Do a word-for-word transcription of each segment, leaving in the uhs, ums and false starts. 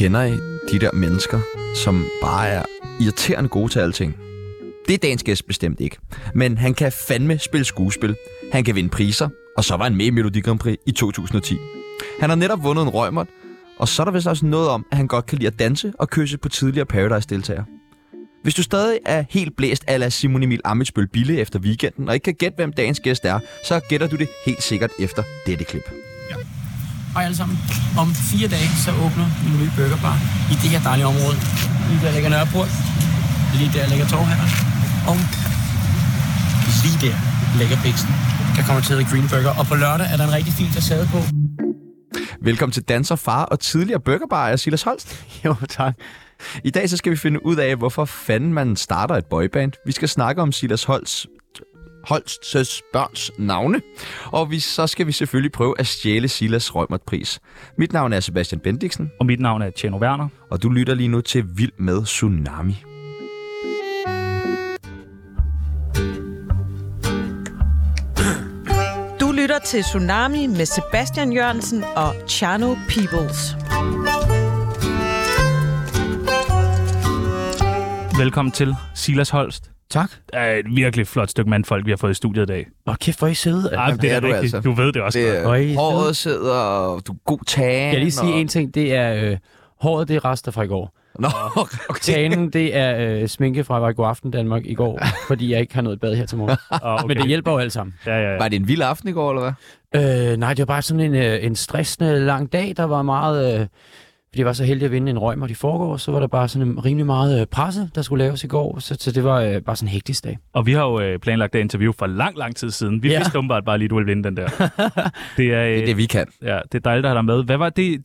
Kender I de der mennesker, som bare er irriterende gode til alting? Det er dagens gæst bestemt ikke. Men han kan fandme spille skuespil. Han kan vinde priser, og så var han med i Melodi Grand Prix i to tusind og ti. Han har netop vundet en Reumert, og så er der vist også noget om, at han godt kan lide at danse og kysse på tidligere Paradise-deltagere. Hvis du stadig er helt blæst a la Simon Emil Ammitzbøll Bille efter weekenden, og ikke kan gætte, hvem dagens gæst er, så gætter du det helt sikkert efter dette klip. Ja. Hej alle sammen. Om fire dage, så åbner min nye burgerbar i det her dejlige område. Lige der ligger Nørreport. Lige der ligger Torvherren. Og lige der ligger Bæksten. Der kommer til at Green Burger. Og på lørdag er der en rigtig fin facade på. Velkommen til danser, far og tidligere burgerbar af Silas Holst. Jo, tak. I dag så skal vi finde ud af, hvorfor fanden man starter et boyband. Vi skal snakke om Silas Holst, Holsts børns navne. Og vi, så skal vi selvfølgelig prøve at stjæle Silas Reumert-pris. Mit navn er Sebastian Bendiksen. Og mit navn er Tjeno Werner. Og du lytter lige nu til Vild med Tsunami. Du lytter til Tsunami med Sebastian Jørgensen og Chano Peoples. Velkommen til Silas Holst. Tak. Det er et virkelig flot stykke mandfolk, vi har fået i studiet i dag. Åh, kæft, hvor I søde. Ej, det, det er, er du rigtigt. Altså. Du ved det også det godt. Er, håret sidder, og du er god tan. Jeg vil lige sige og... en ting. Det er, øh, håret det er rester fra i går. Nå, okay. Tanen, det er øh, sminke fra i går aften Danmark i går, fordi jeg ikke har noget bad her til morgen. Oh, okay. Men det hjælper jo alle sammen. Ja, ja, ja. Var det en vild aften i går, eller hvad? Øh, nej, det var bare sådan en, øh, en stressende lang dag. Der var meget... Øh, fordi jeg var så heldig at vinde en Reumert i forgår, så var der bare sådan en rimelig meget øh, presse, der skulle laves i går. Så, så det var øh, bare sådan en hektisk dag. Og vi har jo øh, planlagt det interview for lang, lang tid siden. Vi ja. vidste umiddelbart bare lige, du ville vinde den der. Det er, øh, det er det, vi kan. Ja, det er dejligt at have dig med. Hvad var det?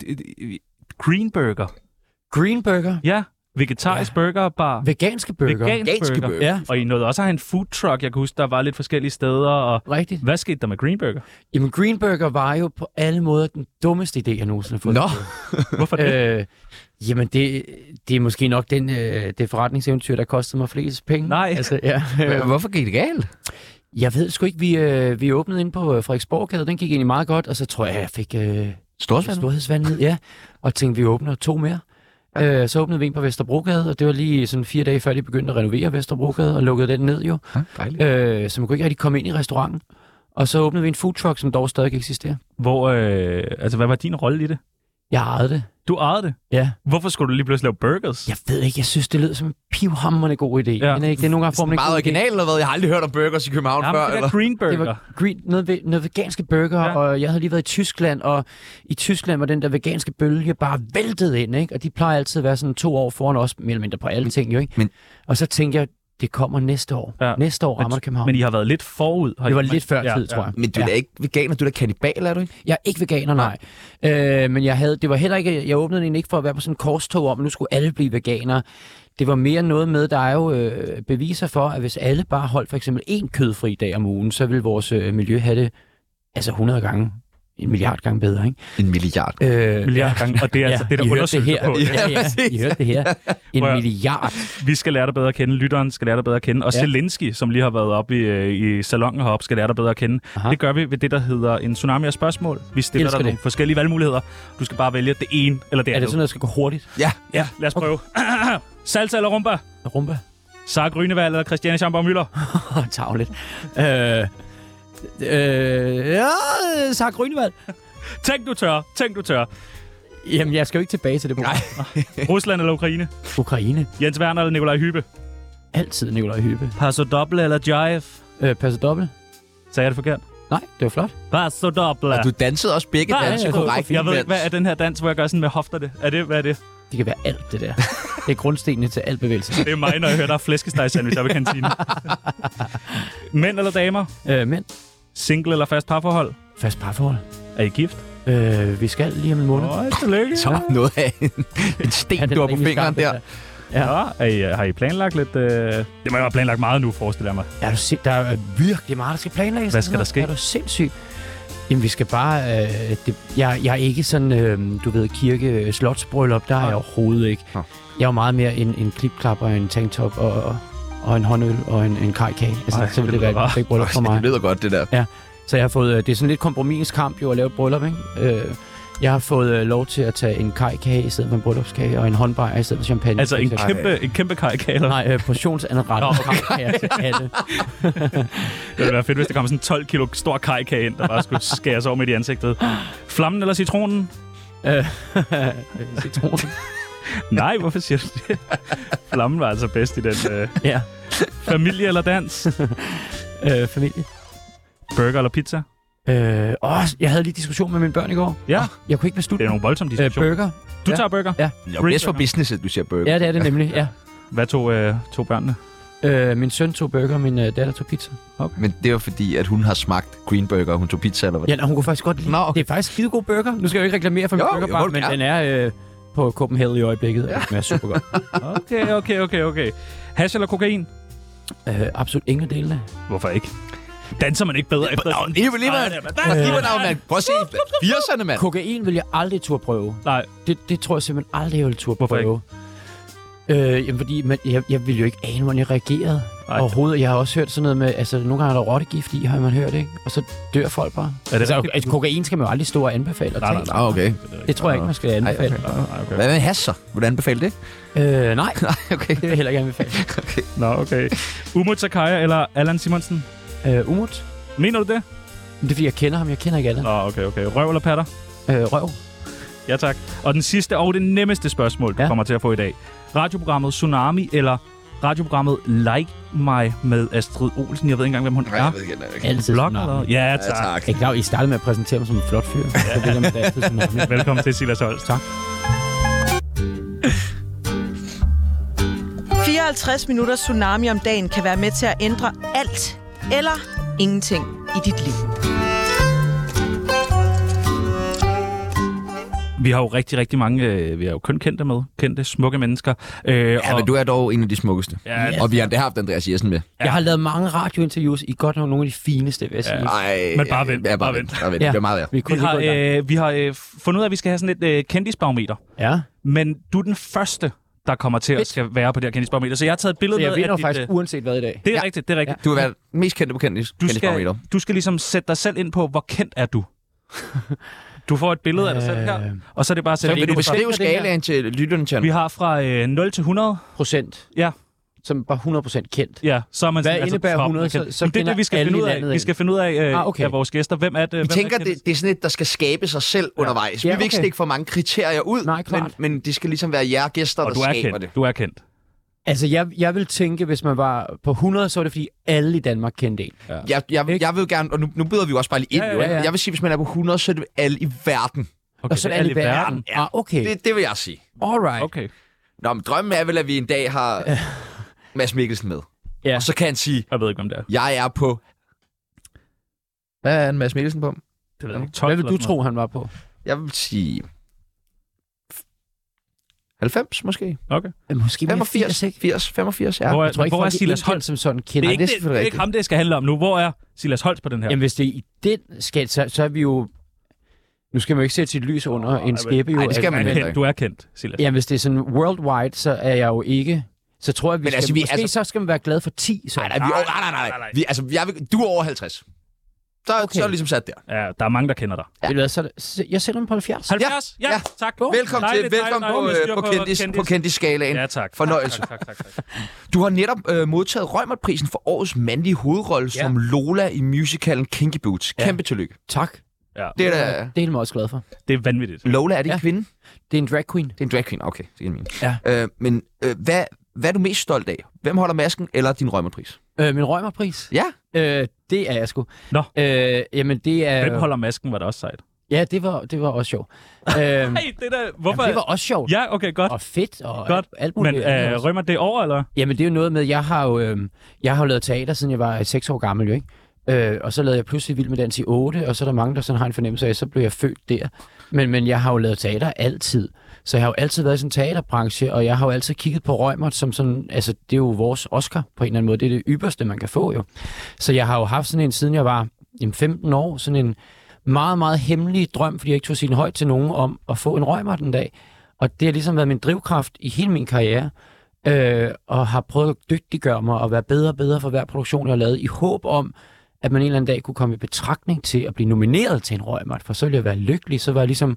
Green Burger? Green Burger? Ja. Vegetarisk ja. burgerbar. Veganske burger. Vegansk, Veganske burger. burger. Ja. Og I nåede også at have en food truck. Jeg kan huske, der var lidt forskellige steder. Og rigtigt. Hvad skete der med Green Burger? Jamen, Green Burger var jo på alle måder den dummeste idé, jeg nogensinde har fået. Nå. Hvorfor det? Øh, jamen, det, det er måske nok den, øh, det forretningseventyr, der kostede mig flest penge. Nej. Altså, ja. Hvorfor gik det galt? Jeg ved sgu ikke. Vi, øh, vi åbnede ind på Frederiksborggade. Den gik egentlig meget godt. Og så tror jeg, jeg fik øh, storhedsvanvid. Ja. Og tænkte, vi åbner to mere. Øh, så åbnede vi ind på Vesterbrogade, og det var lige sådan fire dage før, de begyndte at renovere Vesterbrogade, og lukkede den ned jo. Ja, øh, så man kunne ikke rigtig komme ind i restauranten. Og så åbnede vi en food truck, som dog stadig eksisterer. Hvor, øh, altså, hvad var din rolle i det? Jeg ejede det. Du ejede det? Ja. Hvorfor skulle du lige pludselig lave burgers? Jeg ved ikke, jeg synes, det lød som en pivhamrende god idé. Ja. Men ikke, det er nogle gange får man meget original eller hvad? Jeg har aldrig hørt om burgers i København Jamen, før. Det eller? Green Burger. Det var green, noget, noget veganske burger, ja. Og jeg havde lige været i Tyskland, og i Tyskland var den der veganske bølge bare væltet ind, ikke? Og de plejer altid at være sådan to år foran os, mere eller mindre på alle ting, jo, ikke? Men, og så tænkte jeg, det kommer næste år. Ja. Næste år rammer det København. Men I har været lidt forud. Det var lidt før tid, ja, tror jeg. Men du er ja. ikke veganer, du er da kannibal, er du ikke? Jeg er ikke veganer, nej. nej. Øh, men jeg havde, det var heller ikke, jeg åbnede den ikke for at være på sådan en korstog om, at nu skulle alle blive veganere. Det var mere noget med, der er jo øh, beviser for, at hvis alle bare holdt for eksempel én kødfri dag om ugen, så ville vores øh, miljø have det altså hundrede gange. En milliard gange bedre, ikke? En milliard. Øh, milliard gange, og det er ja, altså det, der undersøgelser på. Ja, ja, I hørte det her. En Prøv, milliard. Vi skal lære dig bedre at kende, lytteren skal lære dig bedre at kende, og ja. Zelensky, som lige har været oppe i, i salonen heroppe, skal lære dig bedre at kende. Aha. Det gør vi ved det, der hedder en tsunami af spørgsmål. Vi stiller dig nogle forskellige valgmuligheder. Du skal bare vælge det ene eller det andet. Er det sådan, at det skal gå hurtigt? Ja. Ja, lad os prøve. Okay. Salsa eller rumba? Rumba. Sarah Grünewald eller Christiane Schaumburg-Müller? Tavligt. Øh, øh, ja, Sarah Grünewald. Tænk du tør, tænk du tør. Jamen, jeg skal jo ikke tilbage til det. Nej. Rusland eller Ukraine? Ukraine. Jens Werner eller Nikolaj Hyppe? Altid Nikolaj Hyppe. Paso doble eller jive? Øh, paso doble. Sagde jeg det forkert? Nej, det var flot. Paso doble. Og du dansede også begge Nej, danser korrekt. Jeg ved ikke, hvad er den her dans, hvor jeg gør sådan med hofterne? Er det, hvad er det? Det kan være alt, det der. Det er grundstenene til al bevægelse. Det er mig, når jeg hører, der er flæskestegsandwich oppe i kantinen. Mænd eller damer? Øh, mænd. Single eller fast parforhold? Fast parforhold. Er I gift? Øh, vi skal lige om en måned. Åh, tillykke. Så noget af en, en sten, ja, du har på fingeren der. der. Ja. Ja, I, har I planlagt lidt? Øh... Det må jo have planlagt meget nu, forestiller jeg mig. Er du sind... Der er virkelig meget, der skal planlægges. Hvad skal der ske? Er du sindssygt? Jamen, vi skal bare... Øh, det... jeg, jeg er ikke sådan, øh, du ved, kirke slotsbryllup. Der er jeg overhovedet ikke. Ja. Jeg er jo meget mere en, en klipklap og en tanktop og, og en håndøl og en, en kajkage. Altså, Ej, så vil det være et perfekt bryllup for mig. Det lyder godt, det der. Ja. Så jeg har fået... Det er sådan lidt kompromiskamp jo at lave et bryllup, ikke? Øh, Jeg har fået øh, lov til at tage en kajkage i stedet for en bryllupskage, og en håndbajer i stedet for champagne. Altså en kæmpe, en kæmpe kajkage, eller? Nej, øh, portionsanrettet okay. kajkager til alle. Det ville være fedt, hvis der kom sådan en tolv kilo stor kajkage ind, der bare skulle skæres over midt i ansigtet. Flammen eller citronen? Øh, citronen. Nej, hvorfor siger du det? Flammen var altså bedst i den. Øh. Ja. Familie eller dans? øh, familie. Burger eller pizza? Øh, åh, jeg havde lige diskussion med mine børn i går. Ja. Jeg kunne ikke beslutte. Det er nogle voldsomme diskussioner. Øh, burger. Du ja. tager burger? Ja. Det er bedst for business, at du siger burger. Ja, det er det nemlig, ja. Hvad tog, øh, tog børnene? Øh, min søn tog burger, min øh, datter tog pizza. Okay. Men det var fordi, at hun har smagt green burger, og hun tog pizza, eller hvad? Ja, hun kunne faktisk godt lide. Nå, okay. Det er faktisk skide god burger. Nu skal jeg jo ikke reklamere for min burgerbar, men den er øh, på Copenhagen i øjeblikket. Ja. Den er super godt. Okay, okay, okay, okay. Hash eller kokain? Øh, absolut ingen delene. Hvorfor ikke? Danser man ikke bedre efter? Nå, lige lige mand. Prøv at se. firserne, mand. Kokain vil jeg aldrig turde prøve. Nej. Det, det tror jeg simpelthen aldrig, jeg vil turde Hvorfor prøve. Ikke? Øh, jamen, fordi man, jeg, jeg ville jo ikke ane, hvordan jeg reagerede. Nej. Overhovedet. Jeg har også hørt sådan noget med, altså nogle gange er der rottegift i, har man hørt, ikke? Og så dør folk bare. Er det altså, altså, kokain skal man jo aldrig stå og anbefale. Nej, nej, nej, okay. Det tror jeg ikke, man skal anbefale. Ej, okay. Okay. Hvad med hash så? Vil du anbefale det? Øh, nej. Nej, okay. Det vil jeg heller ikke anbefale. Okay. Nå, okay. Umut Sakai eller Allan Simonsen? Øh, Umut. Mener du det? Det er fordi, jeg kender ham. Jeg kender ikke alle. Nå, okay, okay. Røv eller patter? Øh, røv. Ja, tak. Og den sidste og det nemmeste spørgsmål, du ja. kommer til at få i dag. Radioprogrammet Tsunami eller radioprogrammet Like Mig med Astrid Olsen? Jeg ved ikke engang, hvem hun Nej, er. jeg ved ikke, jeg altid Tsunami. Ja, tak. Ja, tak. Jeg er klar, I startede med at præsentere mig som en flot fyr. Ja. Det er altid Tsunami. Velkommen til Silas Holst. Tak. fireoghalvtreds minutter Tsunami om dagen kan være med til at ændre alt eller ingenting i dit liv. Vi har jo rigtig, rigtig mange, øh, vi har jo kun kendte med, kendte, smukke mennesker. Øh, ja, og... men du er dog en af de smukkeste. Ja, og vi har det haft Andreas Jessen med. Ja. Jeg har lavet mange radiointerviews. I godt nok nogle af de fineste, vil jeg sige. Nej, men bare vent. Ja, bare vent. Bare vent. Ja. Det er meget, ja. Vi, vi har, øh, vi har øh, fundet ud af, at vi skal have sådan et øh, kendisbarometer. Ja. Men du er den første, der kommer til at skal være på det her kendisbarometer. Så jeg har taget et billede med. Så jeg vinder dit, faktisk øh, uanset hvad i dag. Det er ja. rigtigt, det er rigtigt. Ja. Du har været mest kendte på kendis, du kendisbarometer. Skal, du skal ligesom sætte dig selv ind på, hvor kendt er du? Du får et billede af dig selv her, og så er det bare... Så vil du beskrive skalaen til lytterne, Tjerno? Vi har fra øh, nul til hundrede. Procent? Ja. Som bare hundrede procent kendt? Ja, så er man... Hvad altså, indebærer hundrede? Så, så det er det, vi skal finde ud af. Vi skal finde ud af, øh, ah, okay. af vores gæster. Hvem er det? Vi tænker, det, det er sådan et, der skal skabe sig selv ja. undervejs. Vi ja, vil ikke okay. stikke for mange kriterier ud, Nej, men, men det skal ligesom være jer gæster, og der skaber kendt. det. Du er kendt. Altså, jeg, jeg vil tænke, hvis man var på hundrede, så er det, fordi alle i Danmark kendte en. Ja. Jeg, jeg, jeg vil gerne, og nu, nu byder vi jo også bare lige ind, ja, ja, ja. Jeg vil sige, hvis man er på hundrede, så er det alle i verden. Okay, og så er det alle i verden? verden. Ja, ah, okay. Det, det vil jeg sige. Alright. Okay. Nå, men drømmen er vel, at vi en dag har Mads Mikkelsen med. Ja. Og så kan han sige, jeg ved ikke, hvem det er. Jeg er på... Hvad er en Mads Mikkelsen på? Det ved jeg ikke. Hvad vil du tro, han var på? Jeg vil sige... halvfems måske. Okay. Måske femogfirs, firs, femogfirs, ja. Hvor er, jeg tror ikke, hvor er Silas Holst som sådan kender. Det er ikke, det, det er ikke ham, det skal handle om nu. Hvor er Silas Holst på den her? Jamen, hvis det er i den skal, så, så er vi jo... Nu skal man jo ikke sætte sit lys under oh, en skæbe. Nej, det skal man ikke. Du er kendt, Silas. Jamen, hvis det er sådan worldwide, så er jeg jo ikke... Så tror jeg, vi Men skal... Altså, vi, måske altså, så skal man være glad for ti. Så. Nej, nej, vi, nej, nej, nej, nej. Vi, altså, jeg vil, du er over halvtreds. Så, okay. så er du ligesom sat der. Ja, der er mange, der kender dig. Ja. Ved du hvad, så, så jeg sætter dem på halvfjerds. halvfjerds? Ja, ja, tak. Velkommen dejligt, til. Velkommen dejligt, på, på, på, kendis, kendis. på kendis-skalaen. Ja, tak. Fornøjelse. Tak, tak, tak, tak, tak. Du har netop øh, modtaget Reumert-prisen for årets mandlige hovedrolle ja. som Lola i musicalen Kinky Boots. Kæmpe ja. tillykke. Tak. Ja. Det er da... Det er jeg også glad for. Det er vanvittigt. Lola, er det en ja. kvinde? Det er en drag queen. Det er en drag queen, okay. Det er min. Ja. Øh, men øh, hvad, hvad er du mest stolt af? Hvem holder masken eller din Reumert-pris? Øh, min Reumert-pris? Ja. Øh, det er jeg sgu. Nå. Øh, jamen, det er... Hvem holder masken, var det også sejt? Ja, det var, det var også sjovt. øhm, hey, det der... Hvorfor? Jamen, det var også sjovt. Ja, okay, godt. Og fedt og godt. alt muligt. Men øh, rømmer det over, eller? Jamen, det er jo noget med, jeg har jo, øh, jeg har jo lavet teater, siden jeg var seks år gammel, jo, ikke? Øh, og så lavede jeg pludselig Vild med dans i otte, og så er der mange, der sådan har en fornemmelse af, så blev jeg født der. Men, men jeg har jo lavet teater altid. Så jeg har jo altid været i sådan en teaterbranche, og jeg har jo altid kigget på Reumert som sådan, altså det er jo vores Oscar på en eller anden måde. Det er det ypperste, man kan få jo. Så jeg har jo haft sådan en, siden jeg var jamen, femten år, sådan en meget, meget hemmelig drøm, fordi jeg ikke turde sige den højt til nogen, om at få en Reumert en dag. Og det har ligesom været min drivkraft i hele min karriere, øh, og har prøvet at dygtiggøre mig og være bedre og bedre for hver produktion, jeg har lavet, i håb om, at man en eller anden dag kunne komme i betragtning til at blive nomineret til en Reumert, for så ville jeg være lykkelig, så var jeg ligesom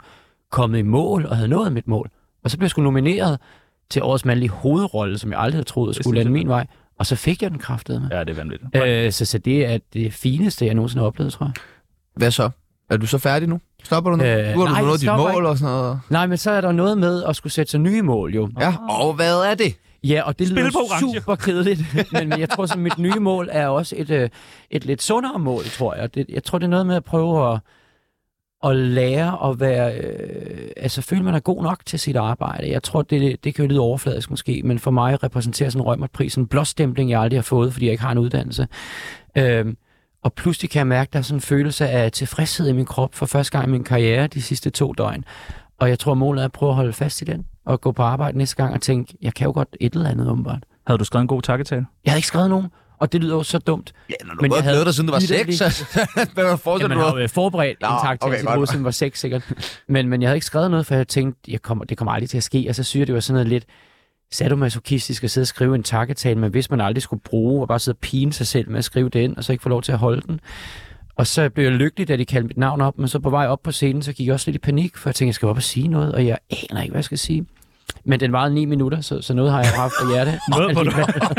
kommet i mål og havde nået mit mål. Og så blev jeg sgu nomineret til årets mandlige hovedrolle, som jeg aldrig havde troet skulle lande min vej. Og så fik jeg den kraftedeme. Ja, det er vanvittigt. Øh, så, så det er det fineste, jeg nogensinde har oplevet, tror jeg. Hvad så? Er du så færdig nu? Stopper du nu? Øh, nu har du nået dit mål ikke. Og sådan noget. Nej, men så er der noget med at skulle sætte sig nye mål, jo. Ja, og hvad er det? Ja, og det lyder super kedeligt, men, men jeg tror, at mit nye mål er også et, et, et lidt sundere mål, tror jeg. Det, jeg tror, det er noget med at prøve at, at lære at være... Øh, altså, føle, man er god nok til sit arbejde. Jeg tror, det, det kan jo lyde overfladisk måske, men for mig repræsenterer sådan en Reumertpris en blåstempling, jeg aldrig har fået, fordi jeg ikke har en uddannelse. Øh, og pludselig kan jeg mærke, at der er sådan en følelse af tilfredshed i min krop for første gang i min karriere de sidste to døgn. Og jeg tror, målet er at prøve at holde fast i den, og gå på arbejde næste gang og tænke, jeg kan jo godt et eller andet åbenbart. Havde du skrevet en god takketale? Jeg havde ikke skrevet nogen, og det lyder jo så dumt. Ja, når du men jeg havde dig, siden du var seks, så hvad var fortsat, ja, man har jo forberedt Nå, en takketale, okay, siden du var seks sikkert. Men, men jeg havde ikke skrevet noget, for jeg tænkte, jeg kommer, det kommer aldrig til at ske, og så synes jeg, det var sådan noget lidt sadomasochistisk at sidde og skrive en takketale, men hvis man aldrig skulle bruge, og bare sidde og pine sig selv med at skrive det ind, og så ikke få lov til at holde den. Og så blev jeg lykkelig, da de kaldte mit navn op, men så på vej op på scenen, så gik jeg også lidt i panik, for jeg tænkte, jeg skal op og sige noget, og jeg aner ikke, hvad jeg skal sige. Men den varede ni minutter, så, så noget har jeg haft på hjerte. Noget må du.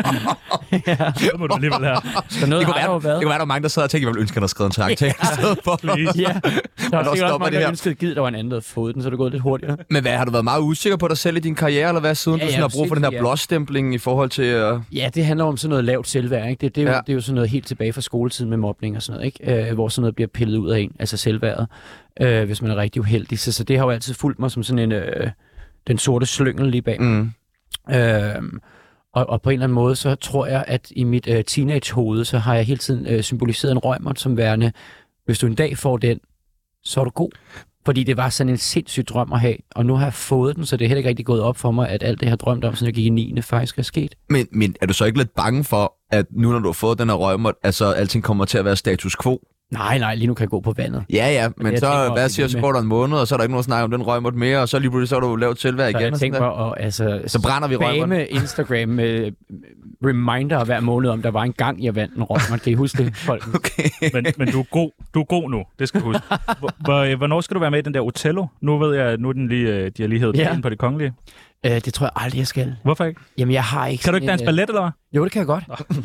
Ja. Noget må du alligevel have. Så noget det, kunne har være, det kunne være, der var mange, der sad og tænkte, jeg ville ønske, at der skrevet en tak til. Ja, ja. Der var sikkert også mange, der ønskede givet, der var en anden, der fået den, så det er gået lidt hurtigere. Men hvad, har du været meget usikker på dig selv i din karriere, eller hvad, siden ja, du sådan har brug for den her blåstempling i forhold til... Uh... Ja, det handler om sådan noget lavt selvværd, ikke? Det, det, er jo, ja. det er jo sådan noget helt tilbage fra skoletiden med mobning og sådan noget, ikke? Øh, hvor sådan noget bliver pillet ud af en, altså selvværdet, øh, hvis man er rigtig uheldig. Så, så det har jo altid fulgt mig som sådan en... Øh, den sorte slyngel lige bag. Mm. Øhm, og, og på en eller anden måde, så tror jeg, at i mit øh, teenagehoved, så har jeg hele tiden øh, symboliseret en Reumert som værende, hvis du en dag får den, så er du god. Fordi det var sådan en sindssyg drøm at have, og nu har jeg fået den, så det er heller ikke rigtig gået op for mig, at alt det, jeg har drømt om, siden jeg gik i niende faktisk er sket. Men, men er du så ikke lidt bange for, at nu når du har fået den her Reumert, altså alting kommer til at være status quo? Nej, nej, lige nu kan jeg gå på vandet. Ja, ja, men, men så, tænker, hvad siger, så går der en måned, og så er der ikke nogen snak om den Reumert mere, og så lige pludselig så har du lavet selvværd igen. Jeg tænker mig at altså, så brænder vi Reumert. Spame Instagram med reminder hver måned, om der var en gang, jeg vandt en Reumert. Kan I huske det, folk? Okay. men, men du er god, du er god nu, det skal du huske. Hvornår skal du være med i den der Otello? Nu ved jeg, at nu er den lige, de har lige hævet ja. den på Det Kongelige. Uh, det tror jeg aldrig, jeg skal. Hvorfor ikke? Jamen, jeg har ikke... Kan du ikke danse ballet, eller hvad? Jo, det kan jeg godt.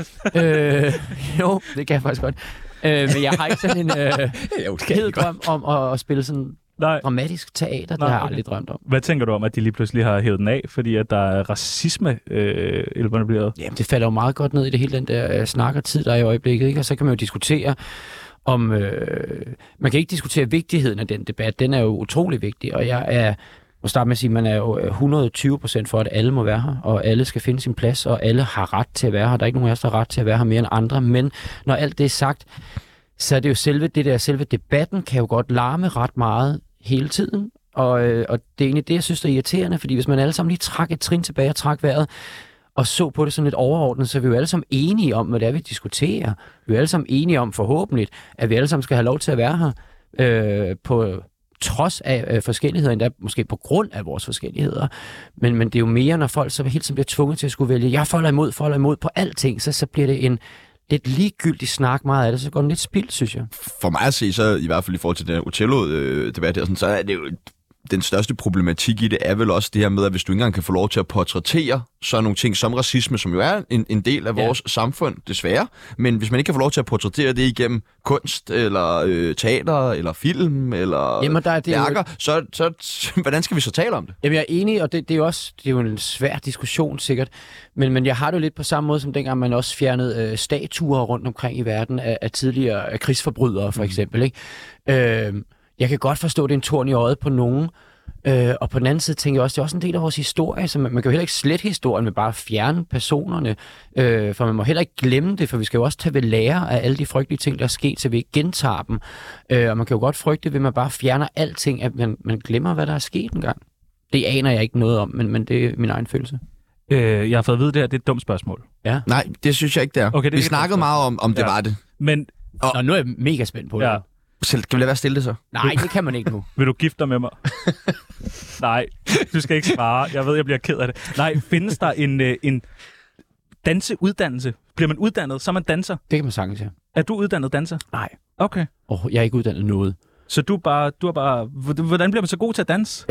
øh, jo, det kan jeg faktisk godt. Øh, men jeg har ikke sådan en øh, hed drøm om at, at spille sådan Nej. dramatisk teater. Det Nej, har jeg aldrig drømt om. Hvad tænker du om, at de lige pludselig har hævet den af, fordi at der er racisme øh, involveret? Jamen, det falder jo meget godt ned i det hele den der øh, snak og tid, der er i øjeblikket. Ikke? Og så kan man jo diskutere om... Øh, man kan ikke diskutere vigtigheden af den debat. Den er jo utrolig vigtig, og jeg er... Og starte med at sige, at man er jo hundrede og tyve procent for, at alle må være her, og alle skal finde sin plads, og alle har ret til at være her. Der er ikke nogen af os, der har ret til at være her mere end andre. Men når alt det er sagt, så er det jo selve det der, selve debatten kan jo godt larme ret meget hele tiden. Og, og det er egentlig det, jeg synes, der er irriterende, fordi hvis man alle sammen lige trak et trin tilbage og trak vejret, og så på det sådan lidt overordnet, så er vi jo alle sammen enige om, hvad det er, vi diskuterer. Vi er alle sammen enige om, forhåbentlig, at vi alle sammen skal have lov til at være her øh, på... trods af øh, forskelligheder, endda måske på grund af vores forskelligheder. Men, men det er jo mere, når folk så hele tiden bliver tvunget til at skulle vælge, jeg folder imod, folder imod på alting, så, så bliver det en lidt ligegyldig snak meget af det, så går det lidt spildt, synes jeg. For mig at se, så i hvert fald i forhold til den Otello-debat her, så er det jo den største problematik i det er vel også det her med, at hvis du ikke engang kan få lov til at portrættere sådan nogle ting som racisme, som jo er en, en del af vores ja. samfund, desværre. Men hvis man ikke kan få lov til at portrættere det igennem kunst, eller øh, teater, eller film, eller Jamen, der er det værker, jo... så, så hvordan skal vi så tale om det? Jamen, jeg er enig, og det, det, er jo også det er jo en svær diskussion sikkert. Men, men jeg har det jo lidt på samme måde, som dengang man også fjernede øh, statuer rundt omkring i verden af, af tidligere af krigsforbrydere, for eksempel. Ikke? Øh, Jeg kan godt forstå, at det er en torn i øjet på nogen, øh, og på den anden side tænker jeg også, at det er også en del af vores historie, så man, man kan jo heller ikke slette historien med bare at fjerne personerne, øh, for man må heller ikke glemme det, for vi skal jo også tage ved lære af alle de frygtelige ting, der er sket, så vi ikke gentager dem. Øh, og man kan jo godt frygte, ved man bare fjerner alting, at man, man glemmer, hvad der er sket engang. Det aner jeg ikke noget om, men, men det er min egen følelse. Øh, jeg har fået at vide, det her, det er et dumt spørgsmål. Ja. Nej, det synes jeg ikke, det er. Okay, det er vi snakkede meget om, om det ja. var det. Men... Og... Nå, nu er jeg mega spændt på det. Ja. Selv, kan vi lade være stille det så? Nej, det kan man ikke nu. Vil du gifte dig med mig? Nej, du skal ikke svare. Jeg ved, jeg bliver ked af det. Nej, findes der en, en danseuddannelse? Bliver man uddannet, så er man danser? Det kan man sagtens, ja. Er du uddannet danser? Nej. Okay. Oh, jeg er ikke uddannet noget. Så du, bare, du er bare... Hvordan bliver man så god til at danse?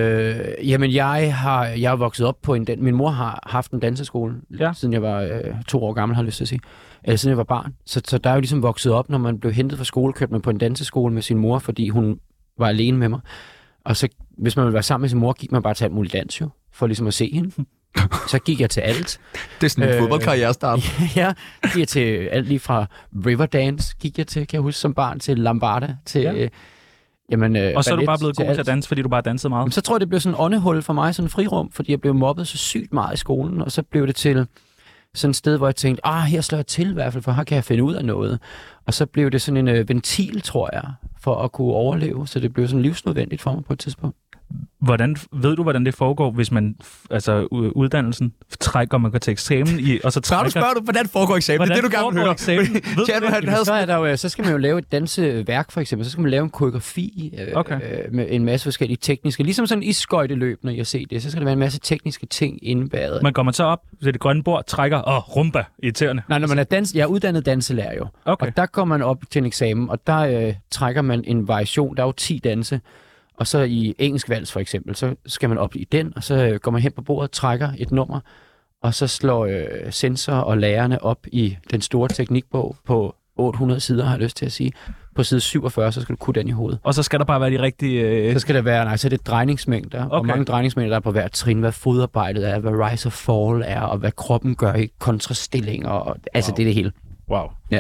Øh, jamen, jeg har jeg er vokset op på en... Dan- Min mor har haft en danseskole, ja. siden jeg var øh, to år gammel, har jeg lyst til at sige. Øh, siden jeg var barn. Så, så der er jo ligesom vokset op, når man blev hentet fra skole, kørte man på en danseskole med sin mor, fordi hun var alene med mig. Og så, hvis man ville være sammen med sin mor, gik man bare til alt muligt dans, jo, for ligesom at se hende. Så gik jeg til alt. Det er sådan en øh, fodboldkarrierestart. Ja, gik jeg til alt lige fra Riverdance, gik jeg til, kan jeg huske, som barn, til Lambada, til... Ja. Øh, jamen, øh, og så er du bare blevet god til til at danse, fordi du bare dansede meget? Jamen, så tror jeg, det blev sådan en åndehul for mig, sådan en frirum, fordi jeg blev mobbet så sygt meget i skolen, og så blev det til sådan et sted, hvor jeg tænkte, ah, her slår jeg til i hvert fald, for her kan jeg finde ud af noget. Og så blev det sådan en øh, ventil, tror jeg, for at kunne overleve, så det blev sådan livsnødvendigt for mig på et tidspunkt. Hvordan, ved du, hvordan det foregår, hvis man, altså uddannelsen trækker, man kan tage eksamen i, og så trækker... Så spørger du, hvordan foregår eksamen? Hvordan det er det, du gerne vil høre. Eksamen? Ved Tjern, du, havde... så, er der jo, så skal man jo lave et danseværk, for eksempel. Så skal man lave en koreografi øh, okay. øh, med en masse forskellige tekniske... Ligesom sådan en isskøjteløb, når jeg ser det, så skal der være en masse tekniske ting indbæret. Man kommer så op til det grønne bord, trækker og rumba irriterende. Nej, når man er dans... Jeg er uddannet danselærer jo. Okay. Og der kommer man op til en eksamen, og der øh, trækker man en variation. Der er jo ti danse. Og så i engelsk vals for eksempel, så skal man op i den, og så går man hen på bordet, trækker et nummer, og så slår øh, sensor og lærerne op i den store teknikbog på otte hundrede sider, har jeg lyst til at sige. På side syvogfyrre, så skal du kunne den i hovedet. Og så skal der bare være de rigtige... Øh... Så skal der være, nej, så er det drejningsmængder, okay. Og mange drejningsmængder, der er på hver trin, hvad fodarbejdet er, hvad rise og fall er, og hvad kroppen gør i kontrastillinger, og altså wow. Det er det hele. Wow. Ja.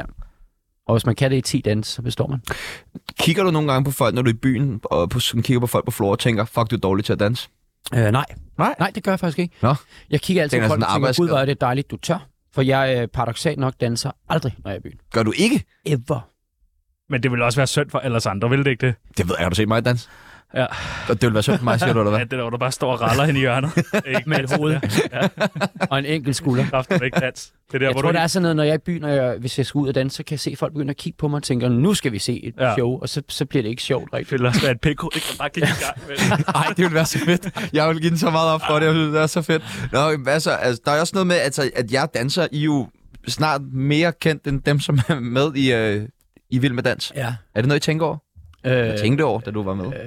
Og hvis man kan det i ti dans, så består man. Kigger du nogle gange på folk, når du er i byen, og på, kigger på folk på floor og tænker, fuck, du er dårlig til at danse? Øh, nej. nej. Nej, det gør jeg faktisk ikke. Nå. Jeg kigger altid på folk og tænker, gud, hvor er det dejligt, du tør. For jeg øh, paradoksalt nok danser aldrig, når jeg er i byen. Gør du ikke? Ever. Men det vil også være synd for alle andre, vil det ikke det? Det ved jeg, har du set mig danse? Ja. Og det vil være synd for mig, siger du, eller hvad? Ja, det er der, du bare står og raller hen i hjørnet. Ikke med et hoved. Ja. Og en enkelt skulder. Kræfter ikke dans. Det der, jeg hvor tror, du... der er sådan noget, når jeg er i byen, og jeg, hvis jeg skal ud og danse, så kan jeg se folk begynde at kigge på mig og tænker, nu skal vi se et ja. show, og så, så bliver det ikke sjovt rigtigt. Det vil også være et pikko, det kan bare kigge i gang med. Ej, det vil være så fedt. Jeg vil give den så meget op for det, jeg synes, det er så fedt. Nå, altså, altså, der er også noget med, altså, at jeg danser, I er jo snart mere kendt end dem, som er med i, øh, i Vild med Dans. Ja. Er det noget, I tænker over? Øh, jeg tænkte over, da du var med. Øh,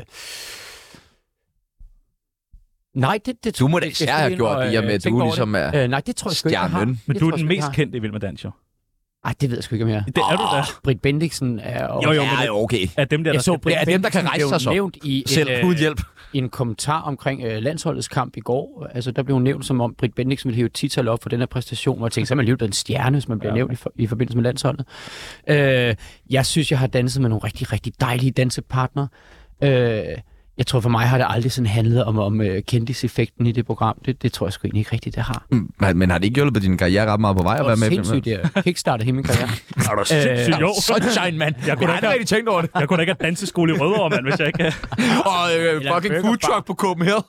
Nej, det, det du må da ikke have gjort det, i og med, at du ligesom er øh, nej, det tror jeg sgu ikke, jeg har. Men du er den mest kendte i Vild med Dans, jo. Ej, det ved jeg sgu ikke, om jeg er. Det er du da. Britt Bendiksen er også... Jo, jo, men det er okay. Er dem, der, jeg der så, Britt er dem, der kan rejse sig så. Nævnt i selv en, uden hjælp. I en kommentar omkring øh, landsholdets kamp i går. Altså, der blev hun nævnt som om, Britt Bendiksen ville hæve tital op for den her præstation, og jeg tænkte, så er man alligevel en stjerne, hvis man bliver ja. nævnt i, for, i forbindelse med landsholdet. Øh, jeg synes, jeg har danset med nogle rigtig, rigtig dejlige dansepartnere. Øh, Jeg tror, for mig har det aldrig sådan handlet om, om uh, kendiseffekten i det program. Det, det tror jeg sgu egentlig ikke rigtigt, det har. Mm, men, men har det ikke hjulpet din karriere ret meget på vej at være med? Det var sindssygt, jeg kickstartede hele min karriere. Er du sindssygt? Jo. Sunshine, mand. Jeg kunne da ikke rigtig tænkt over det. Jeg kunne da ikke have danseskole i Rødovre, mand, hvis jeg ikke... Og øh, fucking food truck på Copenhagen.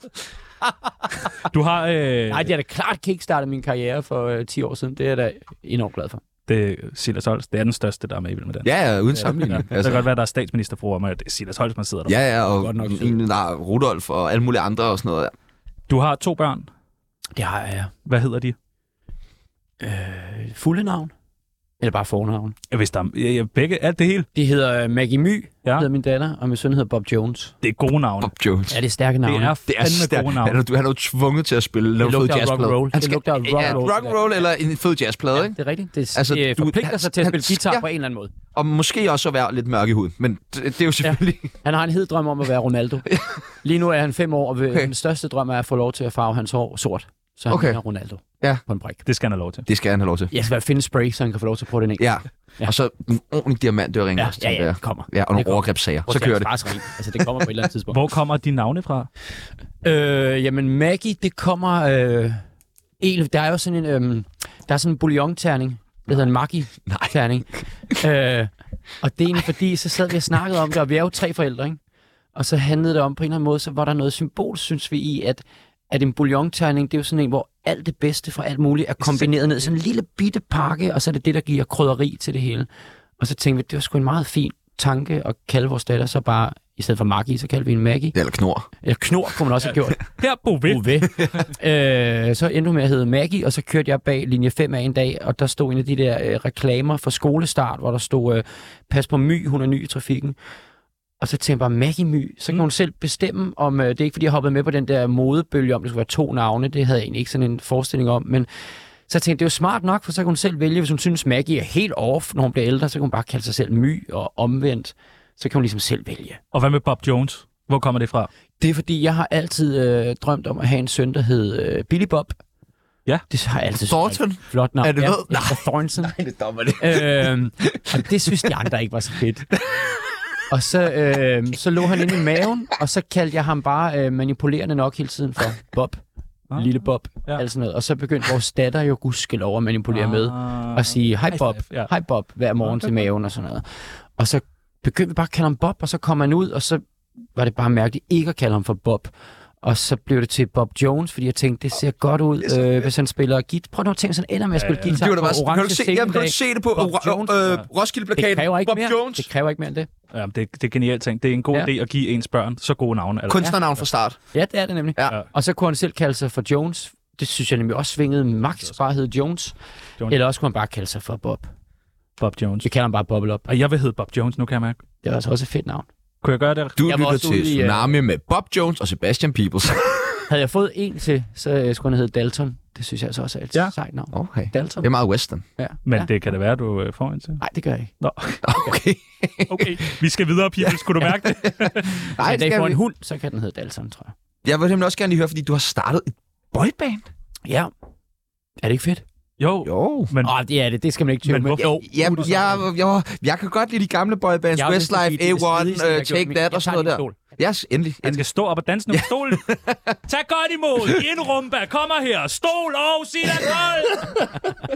Du har... Øh... Nej, det er da klart kickstartet min karriere for øh, ti år siden. Det er jeg da enormt glad for. Det er Silas Holst. Det er den største, der er med i Vild med Dans. Ja, ja, uden sammenligning. Ja, altså. Det kan godt være, der er statsministerfruer, men det er Silas Holst, man sidder der. Ja, ja, og der Rudolf og alle mulige andre og sådan noget. Ja. Du har to børn. Det har jeg, ja. Hvad hedder de? Øh, fulde navn? Eller bare fornavn? Jeg vidste dem. Ja, begge, alt det hele. De hedder Maggie My, ja. hedder min datter, og min søn hedder Bob Jones. Det er gode navne. Bob Jones. Ja, det er stærke navne. Det er, det er stærke gode navne. Han er, han er jo tvunget til at spille en fed jazzplade. Rock han skal, det lugter af rock ja, roll. rock and roll eller en fed jazzplade, ja, ikke? det er rigtigt. Det, altså, det du, forpligter han, sig til at spille han, guitar ja. på en eller anden måde. Og måske også at være lidt mørk i huden, men det, det er jo selvfølgelig... Ja. Han har en hed drøm om at være Ronaldo. Lige nu er han fem år, og okay. Den største drøm er at få lov til at farve hans hår sort. Så han okay. er Ronaldo ja. på en brik. Det skal han have lov til. Det skal han have lov til. Jeg skal finde spray, så han kan få lov til at prøve den ikke. Ja. ja, og så en ordentlig diamantøring. Ja, ja, ja, det kommer. Ja, og nogle overgrebssager. Så kører det. Altså, det kommer på et eller andet tidspunkt. Hvor kommer de navne fra? Øh, jamen, Maggie, det kommer... Øh, en, der er jo sådan en... Øh, der er sådan en bouillon-terning. Det hedder en Maggie-terning. øh, og det er egentlig fordi, så sad vi og snakkede om det, og vi er jo tre forældre, ikke? Og så handlede det om på en eller anden måde, så var der noget symbol, synes vi, i, at at en bouillon-terning, det er jo sådan en, hvor alt det bedste fra alt muligt er kombineret ned i sådan en lille bitte pakke, og så er det det, der giver krydderi til det hele. Og så tænkte vi, det var sgu en meget fin tanke at kalde vores datter så bare, i stedet for Maggie, så kalder vi en Maggie. Eller Knor. Eller Knor, kunne man også have gjort. Her Bouvet. Bouvet. øh, så endte hun med at hedde Maggie, og så kørte jeg bag linje fem af en dag, og der stod en af de der øh, reklamer for skolestart, hvor der stod, øh, pas på My, hun er ny i trafikken. Og så tænkte jeg bare, Maggie My, så kan mm. hun selv bestemme, om øh, det er ikke fordi, jeg hoppede med på den der modebølge, om det skulle være to navne. Det havde jeg egentlig ikke sådan en forestilling om, men så jeg tænkte, det er jo smart nok, for så kan hun selv vælge, hvis hun synes, Maggie er helt off, når hun bliver ældre, så kan hun bare kalde sig selv My og omvendt. Så kan hun ligesom selv vælge. Og hvad med Bob Jones? Hvor kommer det fra? Det er fordi, jeg har altid øh, drømt om at have en søn, der hed øh, Billy Bob. Ja. Det har jeg altid Thornton? Flot navn. Er det ja, ved? Nej. Thornton. Nej, det dommer det. øhm, og det synes de andre ikke var så fedt. Og så, øh, så lå han inde i maven, og så kaldte jeg ham bare øh, manipulerende nok hele tiden for Bob. Ah. Lille Bob. Ja. Altså noget. Og så begyndte vores datter jo gudskelov at manipulere ah. med. Og sige, hej Bob, ja. hej Bob, hver morgen okay. til maven og sådan noget. Og så begyndte vi bare at kalde ham Bob, og så kom han ud, og så var det bare mærkeligt ikke at kalde ham for Bob. Og så blev det til Bob Jones, fordi jeg tænkte, det ser godt ud, øh, hvis han spiller guitar. Prøv nu at tænke sådan, ender med at spille ja, ja. guitar på orange kan du se, jamen, kan du se det på øh, Roskilde-plakaten? Det kræver ikke Bob mere. Jones. Det kræver ikke mere end det. Ja, det, det er genialt ting. Det er en god ja. idé at give ens børn så gode navne. Altså. Kunstnernavn fra start. Ja, det er det nemlig. Ja. Og så kunne han selv kalde sig for Jones. Det synes jeg nemlig også svingede max, bare hed Jones. Jones. Eller også kunne han bare kalde sig for Bob. Bob Jones. Vi kalder ham bare Bobble Up. Og jeg vil hedde Bob Jones, nu kan jeg mærke. Det er altså også et fedt navn. Kunne jeg gøre det? Du lytter til Tsunami med Bob Jones og Sebastian Peebles. Havde jeg fået en til, så skulle han hedde Dalton. Det synes jeg altså også er et ja. sejt navn. Okay. Dalton. Det er meget western. Ja. Men ja. det kan det være, du øh, får en til? Nej, det gør jeg ikke. Nå. Okay. Okay, vi skal videre, Peebles. Kunne du mærke det? Nej, det får vi... en hund, så kan den hedde Dalton, tror jeg. Jeg vil nemlig også gerne lige høre, fordi du har startet et boyband. Ja. Er det ikke fedt? Jo. Jo. Men... Åh, det er det. Det skal man ikke tøve med. Jo. Ja, jeg, jeg, jeg, jeg kan godt lide de gamle boybands. Westlife, A et, uh, Take That og sådan noget der. Ja, yes, endelig. Han skal stå op og danse nu på stolen. Tag godt imod. En rumba. Kommer her. Stol og sig dig kold.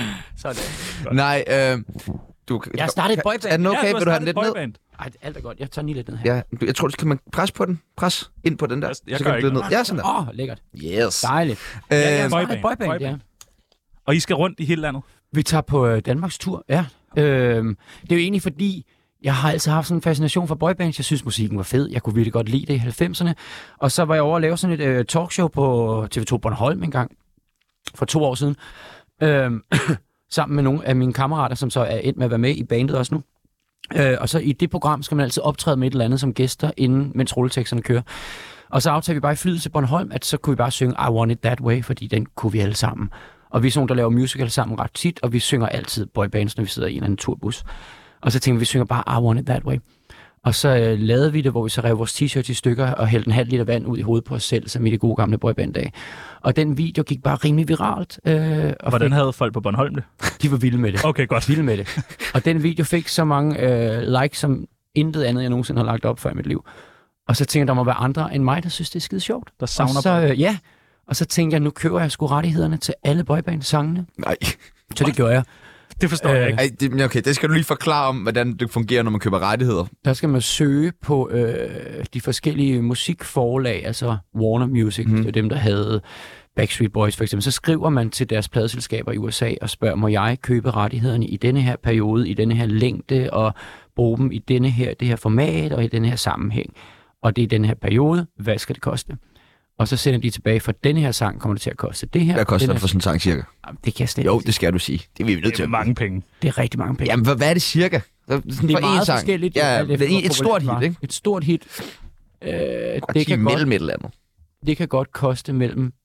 Sådan. Nej, øh... Du, jeg har startet et boyband. Er den okay? Ja, vil du have den lidt boyband. ned? Ej, alt er godt. Jeg tager lige lidt ned her. Ja, jeg tror, kan man presse på den? Pres ind på den der. Jeg, jeg så gør kan ikke. Ned. Ja, sådan der. Åh, oh, lækkert. Yes. Dejligt. Øh, ja, jeg har boyband. et boyband, boyband, ja. Og I skal rundt i hele landet? Vi tager på øh, Danmarks tur, ja. Øhm, det er jo egentlig fordi, jeg har altid haft sådan en fascination for boybands. Jeg synes, musikken var fed. Jeg kunne virkelig godt lide det i halvfemserne. Og så var jeg over at lave sådan et øh, talkshow på T V to Bornholm en gang. For to år siden. Øhm, sammen med nogle af mine kammerater, som så er endt med at være med i bandet også nu. Øh, og så i det program skal man altid optræde med et eller andet som gæster, inden mens rulleteksterne kører. Og så aftalte vi bare i flyet til Bornholm, at så kunne vi bare synge I Want It That Way, fordi den kunne vi alle sammen. Og vi er sådan, der laver musical sammen ret tit, og vi synger altid boybands, når vi sidder i en eller anden turbus. Og så tænkte vi, vi synger bare I Want It That Way. Og så øh, lavede vi det, hvor vi så rev vores t-shirts i stykker og hældte en halv liter vand ud i hovedet på os selv, som i det gode gamle boyband-dag. Og den video gik bare rimelig viralt. Øh, og Hvordan fik... havde folk på Bornholm det? De var vilde med det. Okay, godt. Vilde med det. Og den video fik så mange øh, likes, som intet andet, jeg nogensinde har lagt op før i mit liv. Og så tænkte jeg, der må være andre end mig, der synes, det er skide sjovt. Der savner og så, øh, ja. Og så tænkte jeg, nu køber jeg sgu rettighederne til alle boyband-sangene. Nej. Så det gjorde jeg. Det forstår øh, jeg ikke. Ej, det, okay, det skal du lige forklare om, hvordan det fungerer, når man køber rettigheder. Der skal man søge på øh, de forskellige musikforlag, altså Warner Music, mm. det er dem, der havde Backstreet Boys for eksempel. Så skriver man til deres pladeselskaber i U S A og spørger, må jeg købe rettighederne i denne her periode, i denne her længde, og bruge dem i denne her, det her format og i denne her sammenhæng. Og det er i denne her periode. Hvad skal det koste? Og så sender de tilbage, for denne her sang kommer det til at koste det her. Hvad koster det for sådan en sang cirka? Det kan jeg slet Jo, det skal du sige. Det er vi nødt til. Det er mange penge. Det er rigtig mange penge. Jamen, hvad, hvad er det cirka? Det er meget sang. forskelligt. Ja, det er et, et stort hit, ikke? Et stort hit. Øh, det kan mellem et eller andet. Det kan godt koste mellem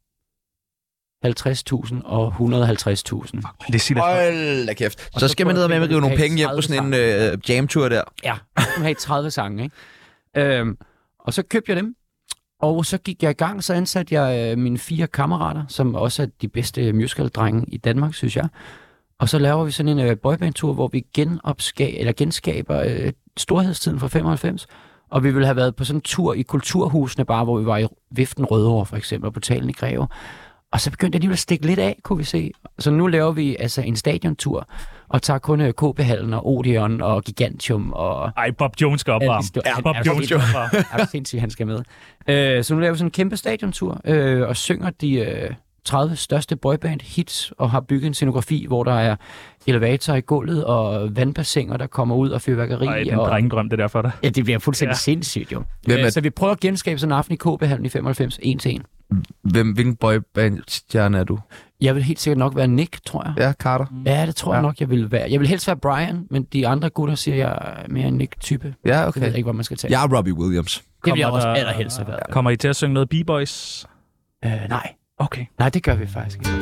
halvtreds tusind og et hundrede og halvtreds tusind. Det siger Hold da kæft. Så, så skal man ned og med at rive nogle penge hjem på sådan en uh, jam-tur der. Ja, man skal have tredive sange, ikke? Øhm, og så købte jeg dem. Og så gik jeg i gang, så ansatte jeg øh, mine fire kammerater, som også er de bedste musical-drenge i Danmark, synes jeg. Og så laver vi sådan en øh, boyband-tur, hvor vi genopska- eller genskaber øh, storhedstiden fra femoghalvfems. Og vi ville have været på sådan en tur i kulturhusene, bare hvor vi var i Viften Rødovre for eksempel, på Talen i Greve. Og så begyndte jeg lige at stikke lidt af, kunne vi se. Så nu laver vi altså en stadiontur, og tager kun K B-hallen og Odeon og Gigantium og... Ej, Bob Jones skal op varm. Ja, Bob Jones skal op varm. Er det sindssygt, han skal med. Øh, så nu laver vi sådan en kæmpe stadiontur, øh, og synger de øh, tredive største boyband-hits, og har bygget en scenografi, hvor der er elevator i gulvet, og vandbassiner, der kommer ud, og fyrværkeri. Ej, det er en og... drengedrøm, det der for dig. Ja, det bliver fuldstændig ja. sindssygt, jo. Hvem er... øh, så vi prøver at genskabe sådan en aften i K B-hallen i femoghalvfems, en til en. Hvem, hvilken boyband-stjerne er du? Jeg vil helt sikkert nok være Nick, tror jeg. Ja, Carter. Ja, det tror ja. jeg nok, jeg vil være. Jeg vil helst være Brian, men de andre gutter siger, jeg er mere en Nick-type. Ja, okay. Jeg ved ikke, hvad man skal tage. Jeg er Robbie Williams. Det vil jeg også der, allerhelst have været. Kommer I til at synge noget B-Boys? Øh, nej. Okay. Nej, det gør vi faktisk ikke.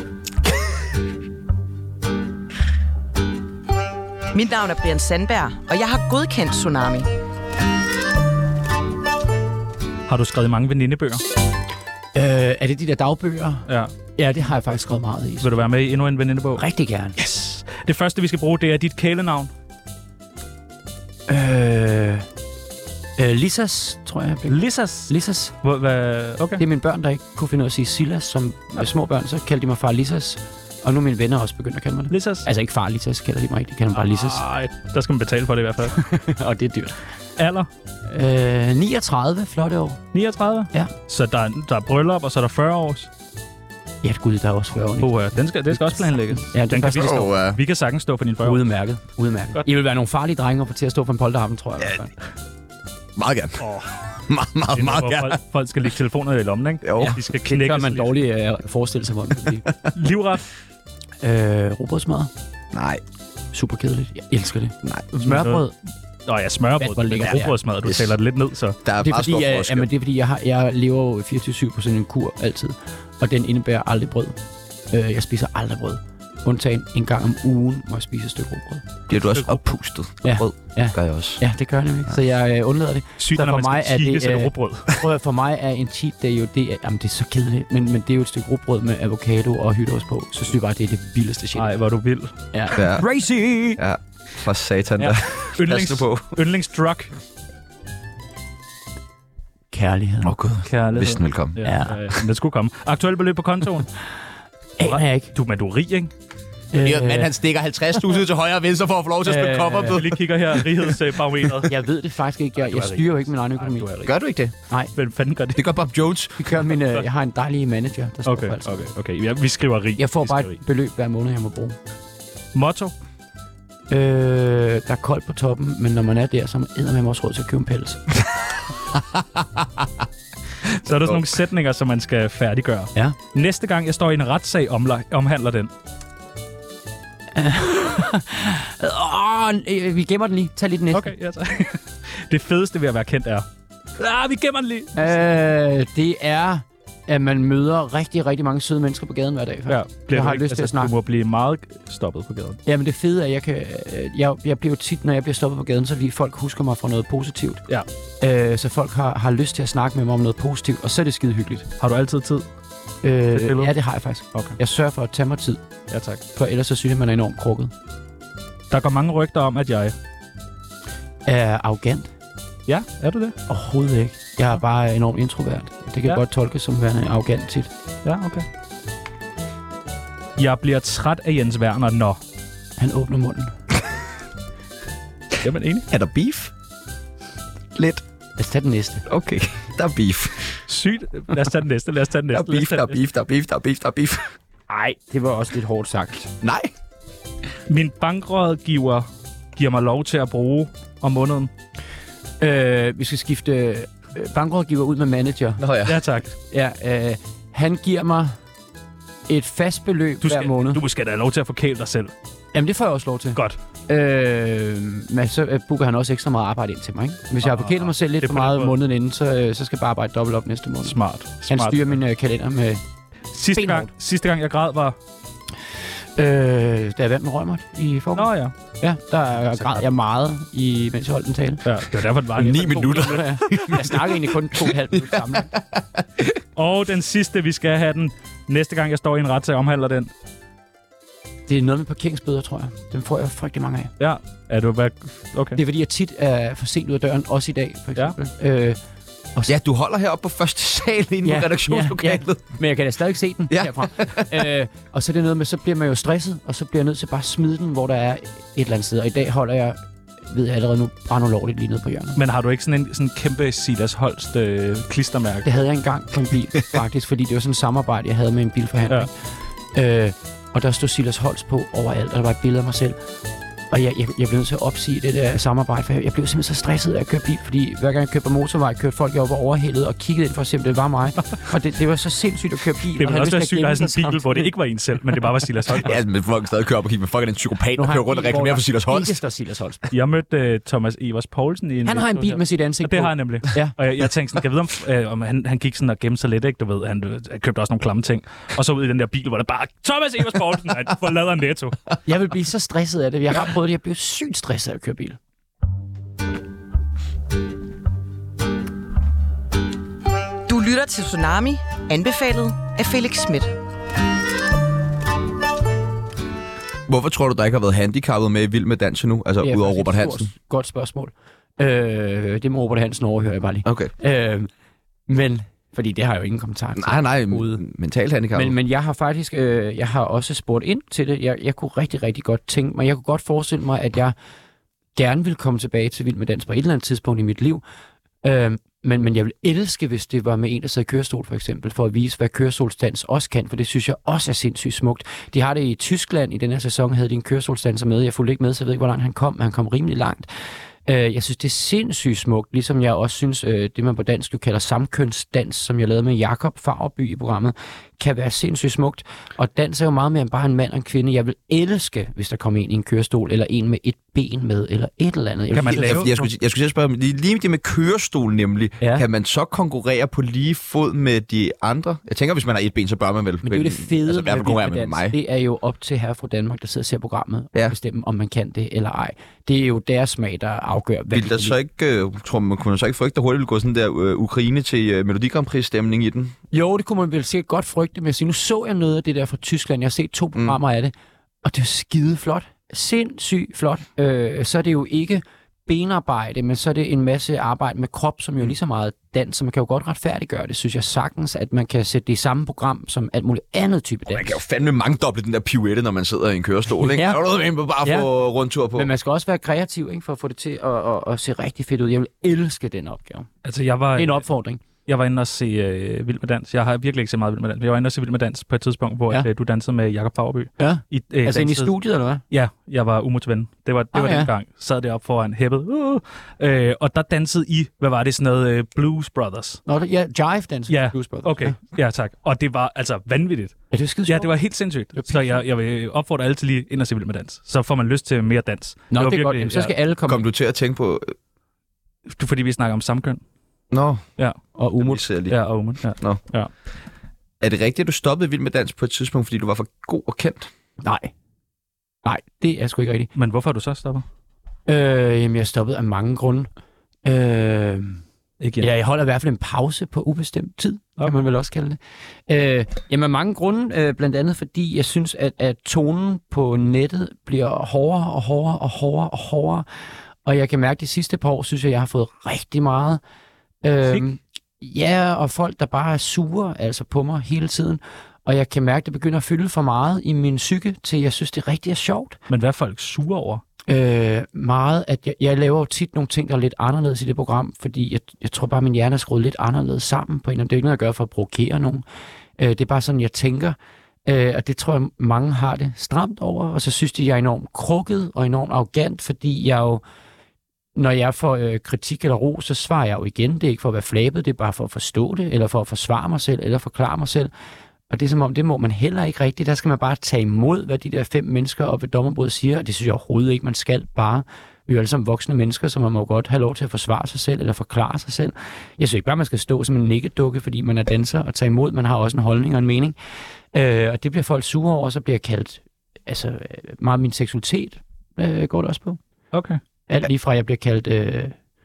Mit navn er Brian Sandberg, og jeg har godkendt Tsunami. Har du skrevet mange venindebøger? Øh, er det de der dagbøger? Ja. Ja, det har jeg faktisk skrevet meget i. Vil du være med i endnu en venindebog? Rigtig gerne. Yes. Det første, vi skal bruge, det er dit kælenavn. Øh, øh, Lisas, tror jeg. jeg Lisas? Lisas. Hvor, hvad? Okay. Det er mine børn, der ikke kunne finde ud af at sige Silas. Som ja. små børn, så kaldte de mig far Lisas. Og nu er mine venner også begyndt at kalde mig det. Lisas? Altså ikke far Lisas, kalder de mig ikke. De kalder mig bare Lisas. Nej, der skal man betale for det i hvert fald. Og det er dyrt. Alder? Øh, niogtredive, flotte år. niogtredive? Ja. Så der er, der er bryllup, og så er der fyrre års? Ja, gud, der er også fyrre år. Oh, ja. Den skal, det skal også planlægges. Ja, den den kan vi, oh, uh... vi kan sagtens stå for din fyrre år. Udmærket. Udmærket. Godt. I vil være nogle farlige drenge at få til at stå for en polterhampen, tror jeg. Ja, i hvert fald. meget gerne. Oh. meget, meget, meget hvor gerne. Folk, folk skal lægge telefonerne i lommen, ikke? Jo. Ja, de skal Det knækkes gør man lidt. dårligt at forestille sig, hvordan det bliver. Livret? Øh, robrødsmad. Nej. Super kedeligt. Jeg elsker det. Nej. Smørbrød. Nå ja, smørbrød. Hvor lækkert Men det er. rugbrødsmad, du Yes. taler det lidt ned, så... Der er Det er bare fordi, stor jeg, forskel. jamen, det er fordi, jeg, har, jeg lever jo fireogtyve syv på sådan en kur altid. Og den indebærer aldrig brød. Øh, jeg spiser aldrig brød. Undtagen en gang om ugen må jeg spise et stykke rugbrød. Bliver du også oppustet? Ja. Brød Ja. gør jeg også. Ja, det gør jeg nemlig. Så jeg øh, undlader det. Sygt, Så når for man mig skal er kigge det, til et øh, rugbrød. Prøv at, for mig er en cheat day jo det, er, jamen det er så kedeligt, men, men det er jo et stykke rugbrød med avocado og hytteost på. Så synes jeg bare, det er det vildeste shit. Nej, hvor du vil. Ja. Ja. Crazy! Ja. For satan, Ja. der. Yndlings, Pas nu på. yndlingsdrug. Kærlighed. Åh, oh, gud. Kærlighed. Hvis den vil komme. Ja, Ja. ja. ja. Det skulle komme. Aktuelle beløb på kontoen. Aner jeg ikke. Du, men du er rig, ikke? Øh, Men han stikker halvtreds tusind til højre og venstre for at få lov til at spille Øh, kopper. Jeg lige kigger her. Righedsbarometeret. jeg ved det faktisk ikke. Jeg, du jeg er styrer jo ikke min egen økonomi. Du er rig. Gør du ikke det? Nej, Hvem fanden gør det? Det gør Bob Jones. vi kører min, øh, jeg har en dejlig manager, der står Okay, for alt. okay, okay. Ja, vi skriver rig. Jeg får Vi bare skriver et beløb hver måned, jeg må bruge. rig. Motto? Øh, der er koldt på toppen, men når man er der, så er man eddermame også råd til at købe en pels. Så er der sådan nogle sætninger, som man skal færdiggøre. Ja. Næste gang, jeg står i en retssag, omla- omhandler den. Åh, øh, vi gemmer den lige. Tag lige den næste. Okay, ja tak. Det fedeste ved at være kendt er... Ah, vi gemmer den lige. Øh, det er, at man møder rigtig, rigtig mange søde mennesker på gaden hver dag. Ja, bliver Jeg har du ikke- lyst til at snakke. Du må blive meget stoppet på gaden. Jamen det fede er, at jeg kan, øh, jeg, jeg bliver jo tit, når jeg bliver stoppet på gaden, så fordi folk husker mig for noget positivt. Ja. Øh, så folk har, har lyst til at snakke med mig om noget positivt, og så er det skide hyggeligt. Har du altid tid? Øh, billede? ja, det har jeg faktisk. Okay. Jeg sørger for at tage mig tid, Ja, tak. for ellers så synes jeg, man er enormt krukket. Der går mange rygter om, at jeg... Er arrogant? Ja, er du det? Overhovedet ikke. Jeg er bare enormt introvert. Det kan Ja. ja. godt tolkes som værende arrogant tit. Ja, okay. Jeg bliver træt af Jens Werner, når... Han åbner munden. Jamen, enig. Er der beef? Lidt. Lad os tage den næste. Okay. Der er beef. Sygt. Lad os tage den næste. Lad os tage den Der er næste. Lad os beef, tage der er den beef, der er beef, der er beef, der er beef. Nej, det var også lidt hårdt sagt. Nej. næste. Min bankrådgiver giver mig lov til at bruge om måneden. Øh, vi skal skifte øh, bankrådgiver ud med manager. Nå ja. Ja, tak. Ja, øh, han giver mig et fast beløb Du hver skal, måned. du skal da have lov til at forkæle dig selv. Jamen, det får jeg også lov til. Godt. Øh, men så øh, booker han også ekstra meget arbejde ind til mig, ikke? Hvis jeg har forkælet mig selv lidt det er for på den meget måde. måneden inden, så, øh, så skal jeg bare arbejde dobbelt op næste måned. Smart. Han Smart. styrer min øh, kalender med... Sidste gang, benhårdt. sidste gang, jeg græd, var... Øh, da jeg vandt med Rømert i forgårs. Nå ja. Ja, der græd jeg meget, i, mens jeg holdt en tale. Ja, det var derfor, den var Ni lidt. minutter. Ja. Jeg snakker egentlig kun to og et halvt minutter sammen. Og den sidste, vi skal have den. Næste gang, jeg står i en retssag, omhandler den. Det er noget med parkeringsbøder, tror jeg. Dem får jeg frygtelig mange af. Ja. Er du hvad? Okay. Det er fordi, jeg tit er for sent ud af døren, også i dag, for eksempel. Ja. Øh, Ja, du holder heroppe på første sal inde Ja, på redaktionslokalet. ja, men jeg kan da stadig se den Ja. herfra. øh, og så er det noget med, så bliver man jo stresset, og så bliver jeg nødt til bare at smide den, hvor der er et eller andet sted. Og i dag holder jeg, ved jeg allerede nu, brandolorligt lige nede på hjørnet. Men har du ikke sådan en sådan kæmpe Silas Holst øh, klistermærke? Det havde jeg engang på en bil, faktisk, fordi det var sådan et samarbejde, jeg havde med en bilforhandler. Ja. Øh, og der stod Silas Holst på overalt, og der var et billede af mig selv. Og jeg, jeg, jeg blev nødt til at opsige det der samarbejde, for jeg, jeg blev simpelthen så stresset af at køre bil, fordi hver gang jeg kørte på motorvej, kørte folk op og overhældet og kiggede ind for at se, om det var mig. Og det, det var så sindssygt at køre bil. Det ville også være sygt at have sådan en bil, hvor det ikke var en selv, men det bare var Silas Holst. Ja, men folk stadig kører op og kigger, men folk er en psykopat, der kører rundt og reklamerer for Silas Holst. Ikke står Silas Holst. Jeg mødte uh, Thomas Evers Poulsen i en... Han har en bil her med sit ansigt på. Det har han nemlig. Ja. Og jeg, jeg tænkte sådan, kan jeg vide, om, øh, om han, han gik sådan og gemte sig lidt, ikke? Du ved, han øh, købte også nogle klamme ting. Og så ud i den der bil, hvor der bare, Thomas Evers Poulsen, han forlader Netto. Jeg vil blive så stresset af det. Jeg har prøvet det, jeg blev sygt stresset af at køre bil. Du lytter til Tsunami, anbefalet af Felix Schmidt. Hvorfor tror du, der ikke har været handicappet med i Vild med Dans nu? Altså udover Robert Hansen? Godt spørgsmål. Øh, det må Robert Hansen overhøre, jeg bare lige. Okay. Øh, men, fordi det har jeg jo ingen kommentar til. Nej, nej, mentalt handicappet. Men, men jeg har faktisk, øh, jeg har også spurgt ind til det. Jeg, jeg kunne rigtig, rigtig godt tænke mig, jeg kunne godt forestille mig, at jeg gerne vil komme tilbage til Vild med Dans på et eller andet tidspunkt i mit liv. Øh, men, men jeg vil elske, hvis det var med en, der sidder i kørestol, for eksempel, for at vise, hvad kørestolsdans også kan, for det synes jeg også er sindssygt smukt. De har det i Tyskland i den her sæson, havde de en kørestolsdanser med. Jeg fulgte ikke med, så jeg ved ikke, hvor langt han kom, men han kom rimelig langt. Jeg synes, det er sindssygt smukt, ligesom jeg også synes, det man på dansk jo kalder samkønsdans, som jeg lavede med Jakob Fagerby i programmet, kan være sindssygt smukt. Og dans er jo meget mere end bare en mand og en kvinde. Jeg vil elske, hvis der kommer en i en kørestol, eller en med et ben med, eller et eller andet. Jeg kan man lave... Jeg skulle, jeg skulle spørge, lige, lige det med kørestol nemlig, ja. Kan man så konkurrere på lige fod med de andre? Jeg tænker, hvis man har et ben, så bør man vel. Men det er jo det fede altså, med, konkurrere med, med mig. Det er jo op til herre fra Danmark, der sidder og ser programmet, ja. Og bestemme, om man kan det eller ej. Det er jo deres smag, der afgør, hvad vil der så ikke, uh, tror man, kunne så ikke frygte, at hurtigt ville gå sådan der uh, Ukraine til uh, Melodi Grand Prix-stemning i den? Jo, det kunne man vel sikkert godt frygte, men nu så jeg noget af det der fra Tyskland. Jeg har set to programmer mm. af det, og det er skide flot. Sindssygt flot. Øh, så er det jo ikke benarbejde, men så er det en masse arbejde med krop, som jo er lige så meget dans, så man kan jo godt retfærdiggøre det, synes jeg sagtens, at man kan sætte det i samme program som alt muligt andet type dans. Man kan jo fandme mangdoble den der pirouette, når man sidder i en kørestol, ikke? Ja. Er du noget med bare ja. Få rundtur på? Men man skal også være kreativ, ikke, for at få det til at, at, at se rigtig fedt ud. Jeg vil elske den opgave. Altså, jeg var... Det er en opfordring. Jeg var inde og se øh, Vild med Dans. Jeg har virkelig ikke set meget Vild med Dans. Jeg var inde og se Vild med Dans på et tidspunkt, hvor ja. øh, du dansede med Jakob Fagerby. Ja, I, øh, altså inde i studiet, eller hvad? Ja, jeg var umotiveret. Det var, det ah, var ja. Den gang. Sad deroppe foran hæppet. Uh, øh, og der dansede I, hvad var det, sådan noget øh, Blues Brothers. Nå, ja, Jive dansede ja. Blues Brothers. Okay, ja. ja tak. Og det var altså vanvittigt. Ja, det var skide Ja, det var helt sindssygt. Så jeg, jeg vil opfordre alle til lige ind og se Vild med Dans. Så får man lyst til mere dans. Nå, det, det er virkelig, godt. Jamen, så skal ja. Alle komme. Kom du til at tænke på... Fordi vi snakker om samkøn. Nå. Ja. Og umut. Ja, og umut. Ja. Nå. Ja. Er det rigtigt, at du stoppede Vild med Dans på et tidspunkt, fordi du var for god og kendt? Nej. Nej, det er sgu ikke rigtigt. Men hvorfor har du så stoppet? Øh, jamen, jeg stoppede af mange grunde. Øh, ikke ja, jeg holder i hvert fald en pause på ubestemt tid, okay. Kan man vel også kalde det. Øh, jamen, af mange grunde, øh, blandt andet fordi jeg synes, at, at tonen på nettet bliver hårdere og hårdere og hårdere og hårdere. Og jeg kan mærke, at de sidste par år, synes jeg, jeg har fået rigtig meget... Øhm, ja, og folk, der bare er sure altså på mig hele tiden. Og jeg kan mærke, at det begynder at fylde for meget i min psyke, til jeg synes, det rigtig er sjovt. Men hvad er folk sure over? Øh, meget, at jeg, jeg laver jo tit nogle ting, der er lidt anderledes i det program, fordi jeg, jeg tror bare, at min hjerne er skruet lidt anderledes sammen på en eller anden. Det er ikke noget, jeg gør for at provokere nogen. Øh, det er bare sådan, jeg tænker. Øh, og det tror jeg, mange har det stramt over. Og så synes de, jeg er enormt krukket og enormt arrogant, fordi jeg jo... Når jeg får øh, kritik eller ro, så svarer jeg jo igen. Det er ikke for at være flabet, det er bare for at forstå det, eller for at forsvare mig selv, eller forklare mig selv. Og det er som om, det må man heller ikke rigtigt. Der skal man bare tage imod, hvad de der fem mennesker oppe ved dommerbordet siger, og det synes jeg overhovedet ikke, man skal bare. Vi er jo alle sammen voksne mennesker, så man må godt have lov til at forsvare sig selv, eller forklare sig selv. Jeg synes ikke bare, man skal stå som en nikkedukke, fordi man er danser og tage imod. Man har også en holdning og en mening. Øh, og det bliver folk sure over, og så bliver jeg kaldt, altså meget min seksualitet øh, går det også på. Okay. Alt lige fra, jeg bliver kaldt øh,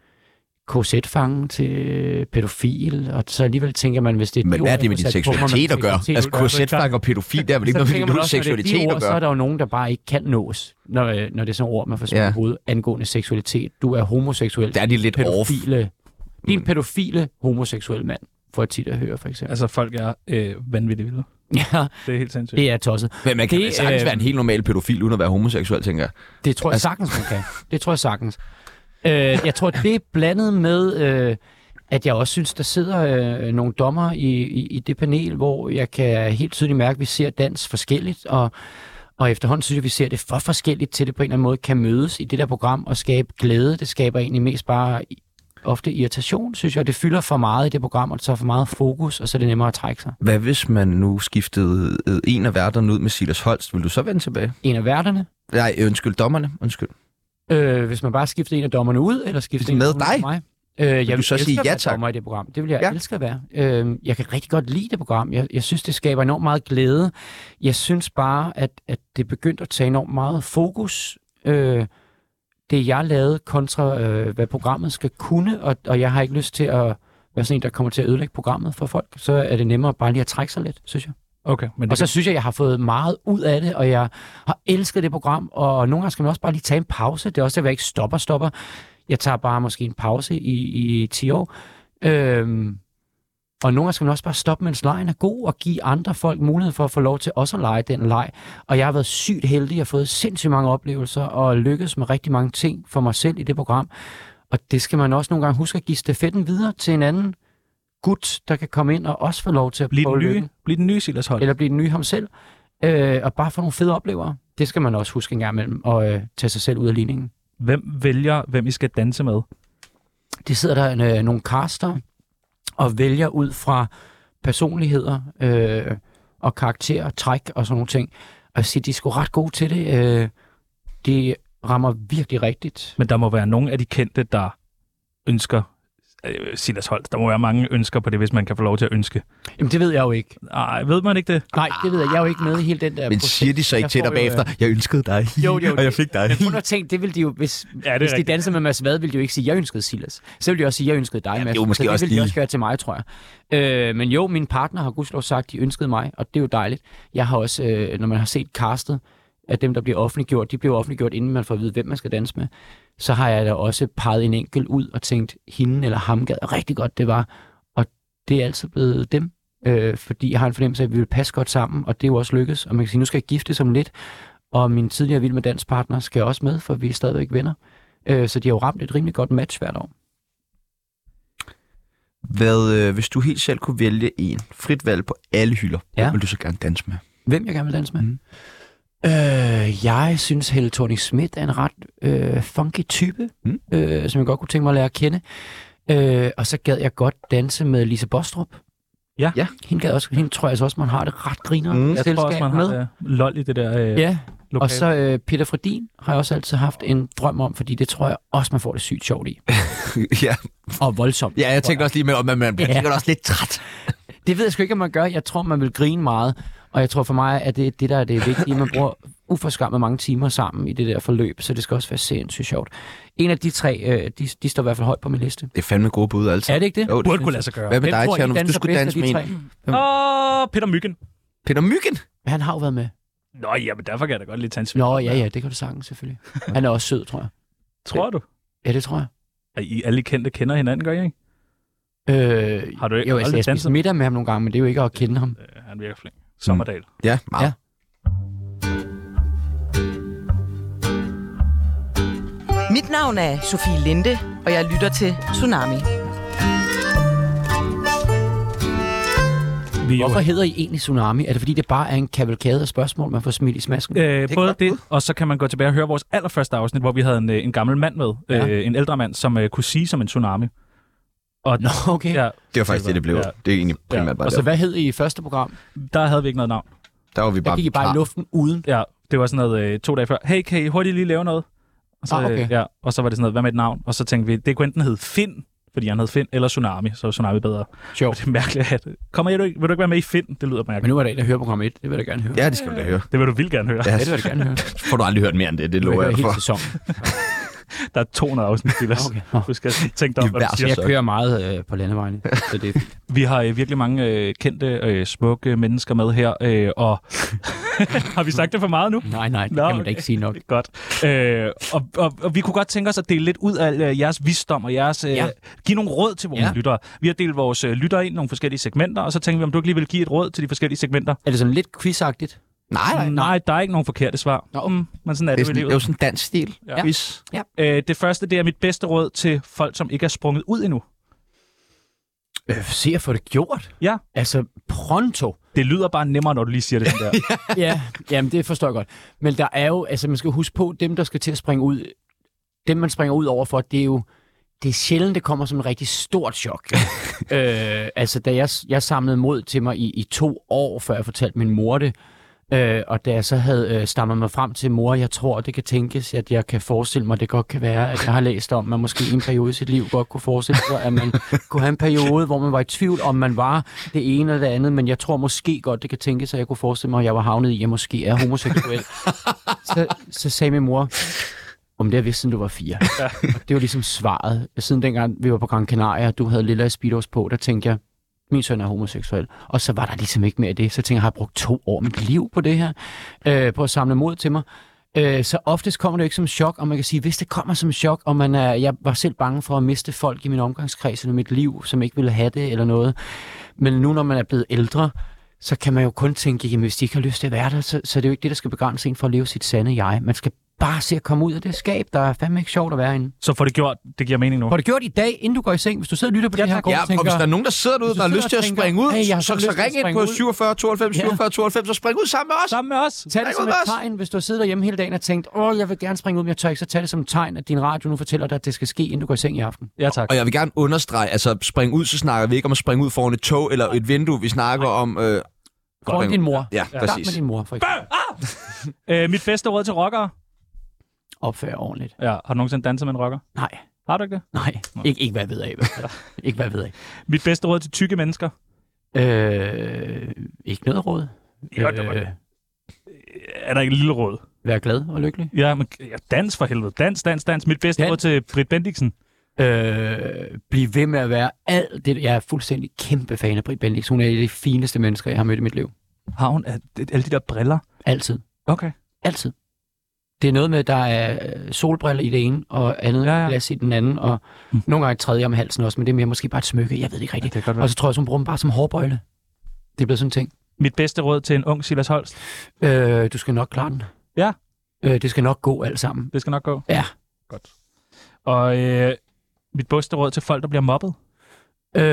K Z-fange til pædofil, og så alligevel tænker man, hvis det er... Men hvad er det med din seksualitet at gøre? Altså K Z-fange og pædofil, der er vel ikke noget med din seksualitet at gøre? Så er der jo nogen, der bare ikke kan nås, når, når det er sådan ord, man får sådan ja. Hovedet angående seksualitet. Du er homoseksuel. Der er de lidt pædofile, off. Din pædofile homoseksuel mand, får jeg tit at høre, for eksempel. Altså, folk er øh, vanvittigt vilde. Ja, det er helt sindssygt. Det er tosset. Men man kan det, sagtens øh, være en helt normal pædofil, uden at være homoseksuel, tænker jeg. Det tror jeg altså... sagtens, man kan. Det tror jeg sagtens. Øh, jeg tror, det er blandet med, øh, at jeg også synes, der sidder øh, nogle dommer i, i, i det panel, hvor jeg kan helt tydeligt mærke, at vi ser dans forskelligt, og, Og efterhånden synes jeg, vi ser det for forskelligt til det på en eller anden måde kan mødes i det der program og skabe glæde. Det skaber egentlig mest bare ofte irritation, synes jeg. Det fylder for meget i det program, og det tager for meget fokus, og så er det nemmere at trække sig. Hvad hvis man nu skiftede en af værterne ud med Silas Holst? Vil du så vende tilbage? En af værterne? Nej, undskyld, dommerne. Undskyld. Øh, hvis man bare skifter en af dommerne ud, eller skifter med en dig? Med mig? Øh, jeg vil du så sige ja tak? Dommer i det program. Det vil jeg ja. elske at være. Øh, jeg kan rigtig godt lide det program. Jeg, jeg synes, det skaber enormt meget glæde. Jeg synes bare, at, at det begyndte at tage enormt meget fokus. Øh, det jeg lavede kontra, øh, hvad programmet skal kunne, og, og jeg har ikke lyst til at være sådan en, der kommer til at ødelægge programmet for folk. Så er det nemmere bare lige at trække sig lidt, synes jeg. Okay, men det og så kan... synes jeg, jeg har fået meget ud af det, og jeg har elsket det program, og nogle gange skal man også bare lige tage en pause. Det er også, at jeg ikke stopper, stopper. Jeg tager bare måske en pause i, i ti år. Øhm, og nogle gange skal man også bare stoppe, mens lejen er god, og give andre folk mulighed for at få lov til også at lege den leg. Og jeg har været sygt heldig, jeg har fået sindssygt mange oplevelser, og lykkes med rigtig mange ting for mig selv i det program. Og det skal man også nogle gange huske at give stafetten videre til en anden gut, der kan komme ind og også få lov til at blive prøve den nye, lykken. Blive den nye Silas Holst. Eller blive den nye ham selv. Øh, og bare få nogle fede oplevelser. Det skal man også huske en gang imellem, og øh, tage sig selv ud af ligningen. Hvem vælger, hvem I skal danse med? Det sidder der en, øh, nogle caster og vælger ud fra personligheder øh, og karakterer, træk og sådan nogle ting. Og jeg siger, de er sgu ret gode til det. Øh, de rammer virkelig rigtigt. Men der må være nogle af de kendte, der ønsker øh, Silas Holst. Der må være mange ønsker på det, hvis man kan få lov til at ønske. Jamen, det ved jeg jo ikke. Nej, ved man ikke det? Nej, det ved jeg. Jeg er jo ikke med i hele den der Men proces. siger de så ikke Jeg til dig får bagefter, jo, jeg ønskede dig, jo, jo, og jeg fik dig? Men prøv at tænke, det ville de jo, hvis, ja, hvis de rigtigt. dansede med Mads Vad, ville de jo ikke sige, jeg ønskede Silas. Så ville de også sige, jeg ønskede dig, Ja, Mads. det er jo måske så det også ville de lige... også gøre til mig, tror jeg. Øh, men jo, min partner har gudskelov sagt, de ønskede mig, og det er jo dejligt. Jeg har også, øh, når man har set castet, at dem, der bliver offentliggjort, de bliver offentliggjort, inden man får at vide, hvem man skal danse med. Så har jeg da også peget en enkelt ud og tænkt, hende eller ham gad rigtig godt, det var. Og det er altid blevet dem, øh, fordi jeg har en fornemmelse af, at vi vil passe godt sammen, og det er jo også lykkes. Og man kan sige, nu skal jeg gifte som lidt, og min tidligere Vild med Dans partner skal også med, for vi er stadigvæk venner. Øh, så de har jo ramt et rimelig godt match hvert år. Hvad, øh, hvis du helt selv kunne vælge en frit valg på alle hylder, ja. Hvem vil du så gerne danse med? Hvem jeg gerne vil danse med? Mm. Øh, jeg synes, Helle Thorning-Schmidt er en ret øh, funky type, mm. øh, som jeg godt kunne tænke mig at lære at kende. Øh, og så gad jeg godt danse med Lise Bostrup. Ja. ja. Hende, gad også, hende tror jeg også, man har det ret griner. Mm. Jeg tror også, man har det lol i det der øh, ja. lokale. Og så øh, Peter Fredin har jeg også altid haft en drøm om, fordi det tror jeg også, man får det sygt sjovt i. ja. Og voldsomt. Ja, jeg tænker også lige med, at man bliver ja. også lidt træt. Det ved jeg sgu ikke, om man gør. Jeg tror, man vil grine meget. Og jeg tror for mig, at det er det, der er det vigtige. Man bruger uforskammet mange timer sammen i det der forløb, så det skal også være sindssygt sjovt. En af de tre, øh, de, de står i hvert fald højt på min liste. Det er fandme gode bud, altså. Er det ikke det? Jo, det burde kunne lade sig gøre. Hvad med dig, Tjerno, hvis du skulle danse med en? Åh, oh, Peter Myggen. Peter Myggen? Han har jo været med. Nå, ja, men derfor kan jeg da godt lige tage en sving. Nå, ja, ja, det kan du sagtens, selvfølgelig. Han er også sød, tror jeg. Tror du? Ja, det tror jeg. Er I alle kendte kender hinanden, gør I ikke? Øh, har du ikke jo, jeg har spist middag med ham nogle gange, men det er jo ikke at kende ham. Øh, han virker flink. Sommerdal. Mm. Ja, meget. Ja. Mit navn er Sofie Linde, og jeg lytter til Tsunami. Hvorfor hedder I egentlig Tsunami? Er det fordi, det bare er en kavalkade af spørgsmål, man får smidt i smasken? Øh, både det, og så kan man gå tilbage og høre vores allerførste afsnit, hvor vi havde en, en gammel mand med, ja. øh, en ældre mand, som øh, kunne sige som en tsunami. Og, Nå, okay. Ja, det var faktisk det, det blev. Ja. Det er egentlig primært ja. bare Og så hvad hed I i første program? Der havde vi ikke noget navn. Der var vi bare... Der gik I bare i luften uden? Ja, det var sådan noget øh, to dage før. Hey, kan I hurtigt lige lave noget? Og så, ah, okay. øh, ja, og så var det sådan noget, hvad med et navn? Og så tænkte vi, det kunne enten hedde Finn, fordi han hed Finn, eller Tsunami, så var Tsunami bedre. Sjovt. Det er mærkeligt at... Kommer I, vil du ikke være med i Finn? Det lyder mærkeligt. Men nu er det en, der hører program et. Det vil jeg gerne høre. Ja, det skal du da høre. Det vil du vildt gerne høre. Ja, det vil jeg gerne høre. Får du aldrig hørt mere end det, det lover jeg for. Hele sæsonen. Der er to hundrede afsnit, Silas. Okay. Du skal tænke dig om, hvad du siger. Jeg kører meget øh, på landevejene. Så det... Vi har øh, virkelig mange øh, kendte, øh, smukke mennesker med her, øh, og har vi sagt det for meget nu? Nej, nej, det Nå, kan man da ikke sige nok. Godt. Øh, og, og, og vi kunne godt tænke os at dele lidt ud af øh, jeres visdom og jeres, øh, ja. give nogle råd til vores ja. lyttere. Vi har delt vores øh, lyttere ind i nogle forskellige segmenter, og så tænker vi, om du ikke lige vil give et råd til de forskellige segmenter. Er det sådan lidt quizagtigt? Nej, nej, nej, der er ikke nogen forkerte svar. Nå, mm, men sådan er det, det, er sådan, det er jo sådan en dansk stil. Ja. Quiz. Ja. Øh, det første, det er mit bedste råd til folk, som ikke er sprunget ud endnu. Øh, se at få det gjort. Ja. Altså, pronto. Det lyder bare nemmere, når du lige siger det sådan der. ja, jamen det forstår jeg godt. Men der er jo, altså man skal huske på, dem der skal til at springe ud, dem man springer ud over for, det er jo, det er sjældent, det kommer som en rigtig stort chok. øh, altså da jeg, jeg samlede mod til mig i, i to år, før jeg fortalte min mor det, øh, og da jeg så havde øh, stammet mig frem til mor, jeg tror, det kan tænkes, at jeg kan forestille mig, det godt kan være, at jeg har læst om, at man måske i en periode i sit liv godt kunne forestille sig, at man kunne have en periode, hvor man var i tvivl, om man var det ene eller det andet, men jeg tror måske godt, det kan tænkes, at jeg kunne forestille mig, at jeg var havnet i, at jeg måske er homoseksuel. så, så sagde min mor, om det har vidst, siden du var fire. Ja. Og det var ligesom svaret. Siden dengang, vi var på Gran Canaria, og du havde lille speedos på, der tænkte jeg, min søn er homoseksuel. Og så var der ligesom ikke mere af det. Så tænkte jeg, har jeg brugt to år mit liv på det her, øh, på at samle mod til mig. Øh, så oftest kommer det ikke som chok, og man kan sige, hvis det kommer som chok, og man er, jeg var selv bange for at miste folk i min omgangskreds eller mit liv, som ikke ville have det eller noget. Men nu, når man er blevet ældre, så kan man jo kun tænke, jamen hvis de ikke har lyst til at være der, så, så det er jo ikke det, der skal begrænse en for at leve sit sande jeg. Man skal bare se at komme ud af det skab, der er fandme ikke sjovt at være inde. Så får det gjort, det giver mening nu. Får det gjort i dag, inden du går i seng, hvis du sidder og lytter på ja, det her. Ja, og, tænker, og hvis der er nogen, der sidder derude, der har lyst til at springe ud, hey, så, så, så ring ind på syvogfyrre tooghalvfems syvogfyrre tooghalvfems og spring ud sammen med os. Sammen med os. Tag det som et tegn, hvis du har siddet derhjemme hele dagen og tænkt, åh, jeg vil gerne springe ud, men jeg tør ikke, så tag det som et tegn, at din radio nu fortæller dig, at det skal ske, inden du går i seng i aften. Ja, tak. Og jeg vil gerne understrege, altså springe ud, så snakker vi ikke om at springe ud foran et tog eller et vindue. Vi snakker om... Øh, foran din mor. Ja, ja. Præcis. Med din mor, for eksempel. ah! øh, mit bedste råd til rockere? Opfør ordentligt. Ja, har du nogensinde danset med en rocker? Nej. Har du ikke det? Nej, ikke, ikke hvad jeg ved af. ikke hvad jeg ved af. Mit bedste råd til tykke mennesker? Øh, ikke noget råd. Ja, øh, var... Er der ikke et lille råd? Vær glad og lykkelig. Ja, men ja, dans for helvede. Dans, dans, dans. Mit bedste dans. Råd til Britt Bendiksen? Øh, bliv ved med at være alt det. Jeg er fuldstændig kæmpe fan af Britt Bendiksen. Hun er en af de fineste mennesker, jeg har mødt i mit liv. Har hun alle de der briller? Altid. Okay. Altid. Det er noget med, at der er solbriller i det ene, og andet ja, ja. glas i den anden, og mm. nogle gange et tredje om halsen også, men det er mere måske bare et smykke. Jeg ved det ikke rigtigt. Ja, det og så tror jeg, hun bruger dem bare som hårbøjle. Det er blevet sådan en ting. Mit bedste råd til en ung Silas Holst? Øh, du skal nok klare den. Ja? Øh, det skal nok gå alt sammen. Det skal nok gå? Ja. Godt. Og øh, mit bedste råd til folk, der bliver mobbet? Øh,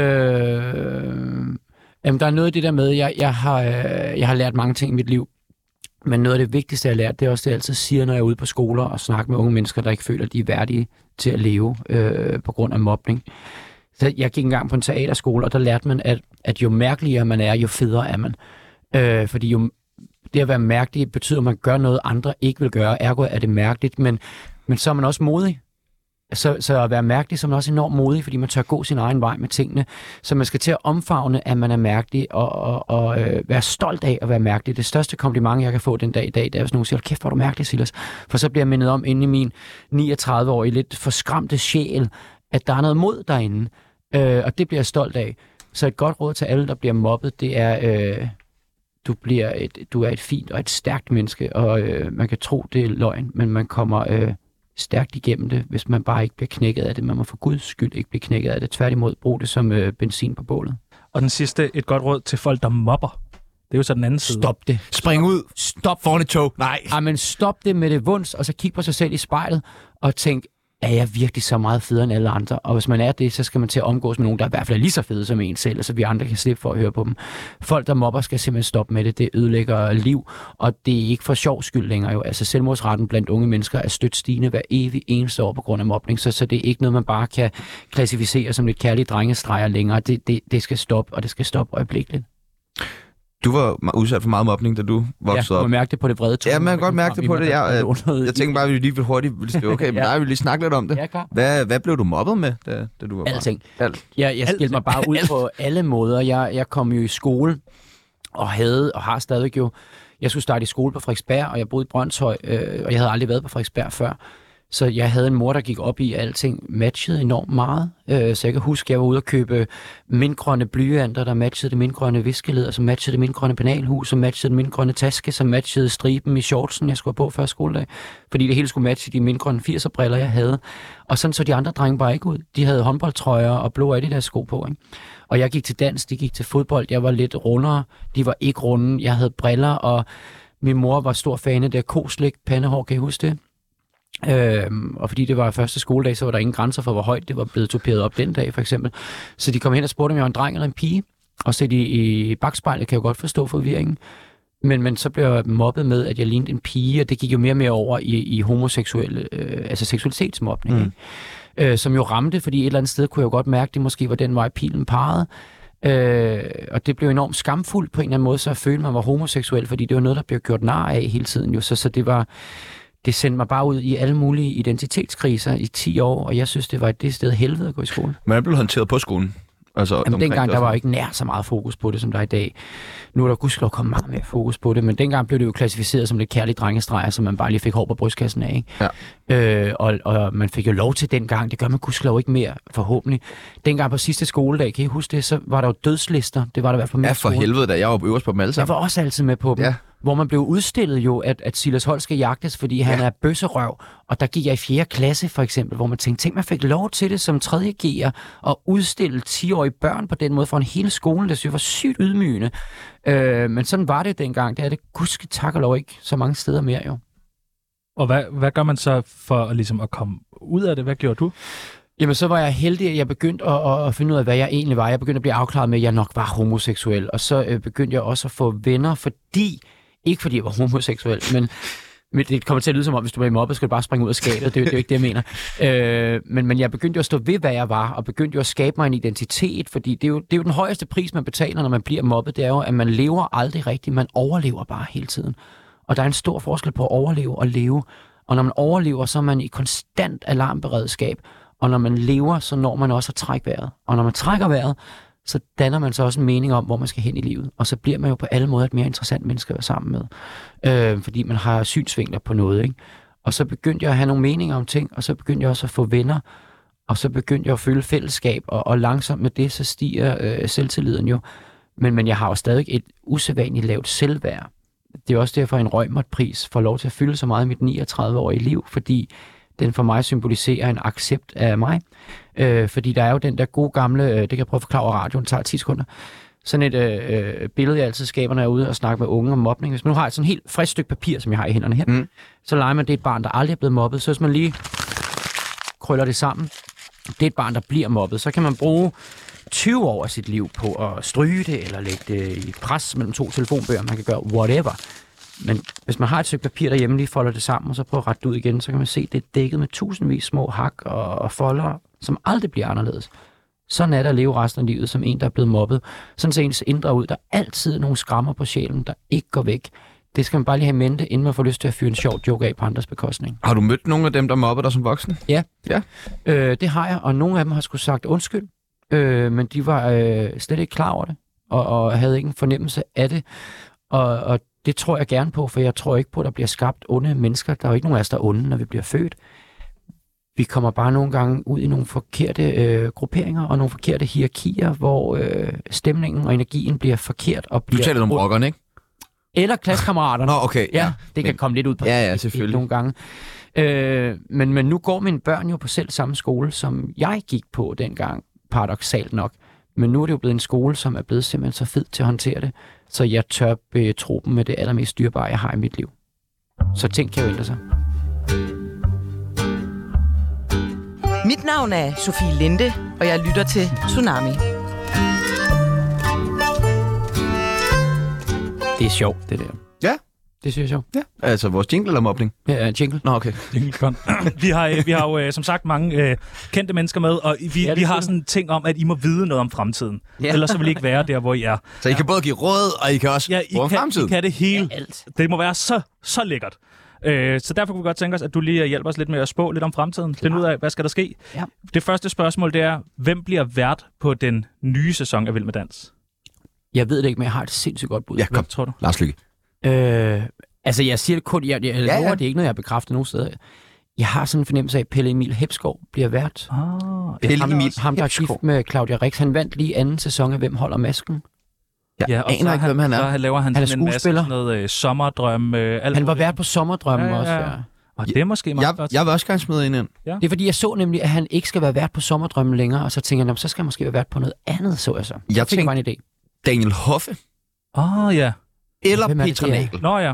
jamen, der er noget af det der med, jeg, jeg, har, øh, jeg har lært mange ting i mit liv. Men noget af det vigtigste, jeg har lært, det er også det, jeg altid siger, når jeg er ude på skoler og snakker med unge mennesker, der ikke føler, at de er værdige til at leve øh, på grund af mobning. Så jeg gik engang på en teaterskole, og der lærte man, at, at jo mærkeligere man er, jo federe er man. Øh, fordi jo, det at være mærkelig betyder, at man gør noget, andre ikke vil gøre. Ergo er det mærkeligt, men, men så er man også modig. Så, så at være mærkelig, så er man også enormt modig, fordi man tør gå sin egen vej med tingene. Så man skal til at omfavne, at man er mærkelig, og, og, og øh, være stolt af at være mærkelig. Det største kompliment, jeg kan få den dag i dag, det er, hvis nogen siger, kæft, hvor er du mærkelig, Silas. For så bliver jeg mindet om, inde i min niogtredive-årige lidt forskræmte sjæl, at der er noget mod derinde. Øh, og det bliver jeg stolt af. Så et godt råd til alle, der bliver mobbet, det er, øh, du, bliver et, du er et fint og et stærkt menneske, og øh, man kan tro, det er løgn, men man kommer... Øh, stærkt igennem det, hvis man bare ikke bliver knækket af det. Man må for guds skyld ikke blive knækket af det. Tværtimod, brug det som øh, benzin på bålet. Og den sidste, et godt råd til folk, der mobber. Det er jo så den anden side. Stop det. Spring ud. Stop. Foran et tog. Nej. Ja, men stop det med det vunds, og så kig på sig selv i spejlet, og tænk, er jeg virkelig så meget federe end alle andre? Og hvis man er det, så skal man til at omgås med nogen, der i hvert fald er lige så fede som en selv, så vi andre kan slippe for at høre på dem. Folk, der mobber, skal simpelthen stoppe med det. Det ødelægger liv, og det er ikke for sjov skyld længere jo. Altså selvmordsretten blandt unge mennesker er stødt stigende hver evig eneste år på grund af mobning, så, så det er ikke noget, man bare kan klassificere som lidt kærlige drengestreger længere. Det, det, det skal stoppe, og det skal stoppe øjeblikkeligt. Du var udsat for meget mobning, da du voksede op. Ja, man mærkte det på det vrede tone. Ja, man kan godt mærke det på det. Jeg, jeg, jeg tænkte bare, at vi lige ville hurtigt ville okay, men ja. Der vil lige snakke lidt om det. Ja, hvad, hvad blev du mobbet med, da, da du var barn? Alting. Alt. Jeg, jeg skilte mig bare ud på alle måder. Jeg, jeg kom jo i skole og havde, og har stadig jo, jeg skulle starte i skole på Frederiksberg, og jeg boede i Brønshøj, øh, og jeg havde aldrig været på Frederiksberg før. Så jeg havde en mor, der gik op i, at alting matchede enormt meget. Så jeg kan huske, at jeg var ude og købe mintgrønne blyanter, der matchede det mintgrønne viskeleder, som matchede det mintgrønne penalhus, som matchede det mintgrønne taske, som matchede striben i shortsen, jeg skulle have på før skoledag. Fordi det hele skulle matche de mintgrønne firser-briller, jeg havde. Og sådan så de andre drenge bare ikke ud. De havde håndboldtrøjer og blå Adidas sko på, ikke? Og jeg gik til dans, de gik til fodbold. Jeg var lidt rundere, de var ikke runde. Jeg havde briller, og min mor var stor fan af det koslik pandehår, kan I huske det? Øhm, og fordi det var første skoledag, så var der ingen grænser for, hvor højt det var blevet toperet op den dag, for eksempel. Så de kom hen og spurgte, om jeg var en dreng eller en pige. Og så i, i bagspejlet kan jeg jo godt forstå forvirringen. Men, men så blev jeg mobbet med, at jeg lignede en pige, og det gik jo mere og mere over i, i homoseksuelle, øh, altså seksualitetsmobning, mm. øh, som jo ramte, fordi et eller andet sted kunne jeg jo godt mærke, at det måske var den vej pilen pegede. Øh, og det blev enormt skamfuldt på en eller anden måde, så jeg følte, at man var homoseksuel, fordi det var noget, der blev gjort nar af hele tiden. Jo. Så, så det var... Det sendte mig bare ud i alle mulige identitetskriser i ti år, og jeg synes, det var det sted helvede at gå i skole. Men blev håndteret på skolen? Altså, Jamen, dengang der var ikke nær så meget fokus på det, som der er i dag. Nu er der gudskelov kommet meget mere fokus på det, men dengang blev det jo klassificeret som lidt kærligt drengestreger, som man bare lige fik hår på brystkassen af. Ikke? Ja. Øh, og, og man fik jo lov til dengang, det gør man gudskelov ikke mere, forhåbentlig. Dengang på sidste skoledag, kan I huske det, så var der jo dødslister. Det var der i hvert fald med. Ja, for helvede, da jeg var øverst på dem alle sammen. Jeg var også altid med på dem. Ja. Hvor man blev udstillet jo, at, at Silas Holt skal jagtes, fordi han ja. er bøsserøv. Og der gik jeg i fjerde klasse, for eksempel, hvor man tænkte, tænk, man fik lov til det som tredje G'er at udstille ti-årige børn på den måde for en hel skole. Det synes jeg var sygt ydmygende. Øh, men sådan var det dengang. Det er det gudske tak og lov ikke så mange steder mere, jo. Og hvad, hvad gør man så for ligesom at komme ud af det? Hvad gjorde du? Jamen, så var jeg heldig, at jeg begyndte at, at finde ud af, hvad jeg egentlig var. Jeg begyndte at blive afklaret med, at jeg nok var homoseksuel. Og så øh, begyndte jeg også at få venner, fordi... Ikke fordi jeg var homoseksuel, men, men det kommer til at lyde som om, hvis du var i mobbet, skal du bare springe ud af skabet. Det, det er jo ikke det, jeg mener. Øh, men, men jeg begyndte jo at stå ved, hvad jeg var, og begyndte jo at skabe mig en identitet, fordi det er, jo, det er jo den højeste pris, man betaler, når man bliver mobbet. Det er jo, at man lever aldrig rigtigt. Man overlever bare hele tiden. Og der er en stor forskel på at overleve og leve. Og når man overlever, så er man i konstant alarmberedskab. Og når man lever, så når man også at trække vejret. Og når man trækker vejret, så danner man så også en mening om, hvor man skal hen i livet. Og så bliver man jo på alle måder et mere interessant menneske at være sammen med. Øh, fordi man har synsvinkler på noget, ikke? Og så begyndte jeg at have nogle meninger om ting, og så begyndte jeg også at få venner, og så begyndte jeg at føle fællesskab, og, og langsomt med det, så stiger øh, selvtilliden jo. Men, men jeg har jo stadig et usædvanligt lavt selvværd. Det er også derfor, en Reumert-pris får lov til at fylde så meget i mit niogtredive-årige liv, fordi den for mig symboliserer en accept af mig. Øh, fordi der er jo den der gode gamle, øh, det kan jeg prøve at forklare over radioen, det tager ti sekunder, sådan et øh, billede, jeg altid skaber, når jeg er ude og snakker med unge om mobning. Hvis man nu har et sådan helt frisk stykke papir, som jeg har i hænderne her, mm. så leger man, det er et barn, der aldrig er blevet mobbet. Så hvis man lige krøller det sammen, det er et barn, der bliver mobbet, så kan man bruge tyve år af sit liv på at stryge det, eller lægge det i pres mellem to telefonbøger, man kan gøre whatever. Men hvis man har et stykke papir derhjemme, lige folder det sammen, og så prøver at rette det ud igen, så kan man se, at det er dækket med tusindvis små hak og, og folder, som aldrig bliver anderledes. Sådan er der at leve resten af livet som en, der er blevet mobbet. Sådan ser ens indre ud. Der er altid nogle skrammer på sjælen, der ikke går væk. Det skal man bare lige have i mente, inden man får lyst til at fyre en sjov joke af på andres bekostning. Har du mødt nogle af dem, der mobbede dig som voksen? Ja, ja. Øh, det har jeg, og nogle af dem har sgu sagt undskyld, øh, men de var øh, slet ikke klar over det, og, og havde ikke en fornemmelse af det. Og, og det tror jeg gerne på, for jeg tror ikke på, at der bliver skabt onde mennesker. Der er jo ikke nogen af os, der er onde, når vi bliver født. Vi kommer bare nogle gange ud i nogle forkerte øh, grupperinger og nogle forkerte hierarkier, hvor øh, stemningen og energien bliver forkert. Og bliver du taler om rockerne, ikke? Eller klassekammeraterne. Nå, okay. Ja, ja det kan men... komme lidt ud på ja, ja, selvfølgelig. nogle gange. Øh, men, men nu går mine børn jo på selv samme skole, som jeg gik på dengang, paradoksalt nok. Men nu er det jo blevet en skole, som er blevet simpelthen så fed til at håndtere det, så jeg tør betro dem med det allermest dyrebare, jeg har i mit liv. Så ting kan jo ændre sig. Mit navn er Sofie Linde, og jeg lytter til Tsunami. Det er sjovt, det der. Ja. Det synes jeg sjovt. Ja. Altså vores jingle eller mobning? Ja, jingle. Nå, okay. Jingle vi har vi har jo som sagt mange øh, kendte mennesker med, og vi, ja, vi har sådan en ting om, at I må vide noget om fremtiden. Ja. Ellers så vil I ikke være der, hvor I er. Så I kan både give råd, og I kan også ja, I bruge kan, fremtiden? I kan det hele. Ja, alt. Det må være så, så lækkert. Øh, så derfor kunne vi godt tænke os, at du lige hjælper os lidt med at spå lidt om fremtiden. Finde ud af, hvad skal der ske? Ja. Det første spørgsmål, det er, hvem bliver vært på den nye sæson af Vild med Dans? Jeg ved det ikke, men jeg har et sindssygt godt bud. Ja, kom. Hvem tror du? Lars Lykke. Øh, altså, jeg siger det kun, jeg, jeg ja, lover, ja. Det er ikke noget, jeg har bekræftet nogen steder. Jeg har sådan en fornemmelse af, at Pelle Emil Hepskov bliver vært. Ah, Pelle ham, Emil ham, der er gift med Claudia Rix. Han vandt lige anden sæson af Hvem holder masken? Jeg ja, aner ikke, hvem han er. Så laver han, han er en masse sådan noget øh, sommerdrøm. Øh, alt han var vært på Sommerdrømmen ja, ja. også, ja. Og det er måske meget jeg, godt. Jeg vil også gerne smide ind ind. Ja. Det er fordi, jeg så nemlig, at han ikke skal være vært på Sommerdrømmen længere, og så tænker jeg, så skal han måske være vært på noget andet, så jeg så. Jeg tænkte en idé. Daniel Hoffe. Åh, oh, ja. Eller Petra Nagel. Nå ja.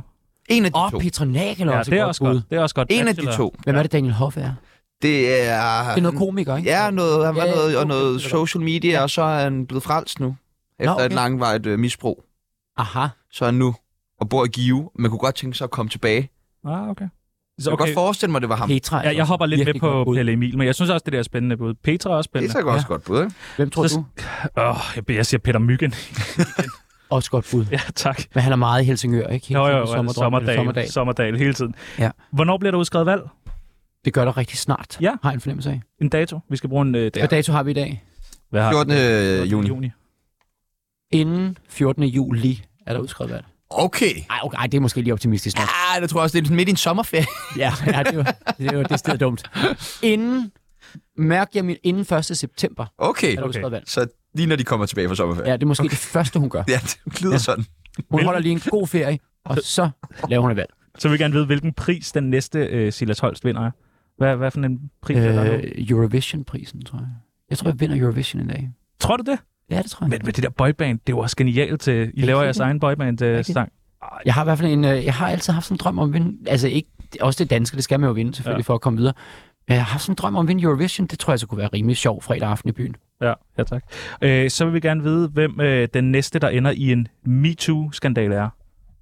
En af de Åh, to. Petra Nagel er Ja, også det et er godt også bud. godt. Det er også godt. En af Bachelor. de to. Hvem er det, Daniel Hoff er? Det er... Det er noget komiker, ikke? Ja, noget, han var Ja, ja, noget, og okay, noget det er godt. social media, og så er han blevet frelst nu. Efter okay. et langvarigt øh, misbrug. Aha. Så er han nu og bor i Give. Man kunne godt tænke sig at komme tilbage. Ah, okay. Så jeg kan godt forestille mig, det var ham. Petra. Ja, jeg hopper lidt med virkelig på godt bud. Pelle Emil, men jeg synes også, det der er spændende bud. Petra er også Det er spændende. så også Ja. godt bud, ikke? Hvem tror Så- du? Åh, jeg, jeg siger Peter Myggen. Også godt bud. Ja, tak. Men han er meget i Helsingør, ikke? Hele Jo, tiden jo, på jo, sommerdrøm, sommerdal, sommerdal. sommerdal hele tiden. Ja. Hvornår bliver der udskrevet valg? Det gør der rigtig snart, Ja. har jeg en fornemmelse af. En dato? Vi skal bruge en øh, Hvad dato har vi i dag? Hvad har vi? fjortende juni. juni. Inden fjortende juli er der udskrevet valg. Okay. Ej, okay, ej, det er måske lige optimistisk nok. Ja, det tror jeg også, det er sådan midt i en sommerferie. Ja, ja det var det, var, det sted dumt. Inden, mærk jeg min, inden første september Okay. er der udskrevet valg. Så lige når de kommer tilbage fra sommerferie. Ja, det er måske okay. det første, hun gør. Ja, det glider ja. sådan. Hun holder lige en god ferie, og så laver hun et valg. Så vil jeg gerne vide, hvilken pris den næste øh, Silas Holst vinder. Hvad, hvad for en pris er der nu? Øh, Eurovision-prisen, tror jeg. Jeg tror, jeg vinder Eurovision en dag. Tror du det? Ja, det tror jeg. Men, men det der boyband, det er jo også genialt til... I laver jeres egen boyband-sang. Jeg har i hvert fald en, øh, jeg har altid haft sådan en drøm om at vinde, altså ikke, også det danske, det skal man jo vinde selvfølgelig ja. for at komme videre. Men jeg har haft sådan en drøm om at vinde Eurovision, det tror jeg så kunne være rimelig sjov fredag aften i byen. Ja, ja tak. Øh, så vil vi gerne vide, hvem øh, den næste, der ender i en MeToo-skandale er.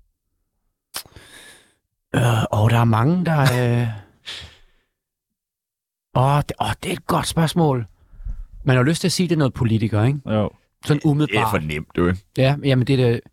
Øh, og der er mange, der... Øh... Åh, det, åh, det er et godt spørgsmål. Man har lyst til at sige, det er noget politiker, ikke? Jo. Sådan umiddelbart. Det er for nemt, du. Ja, jamen det er det...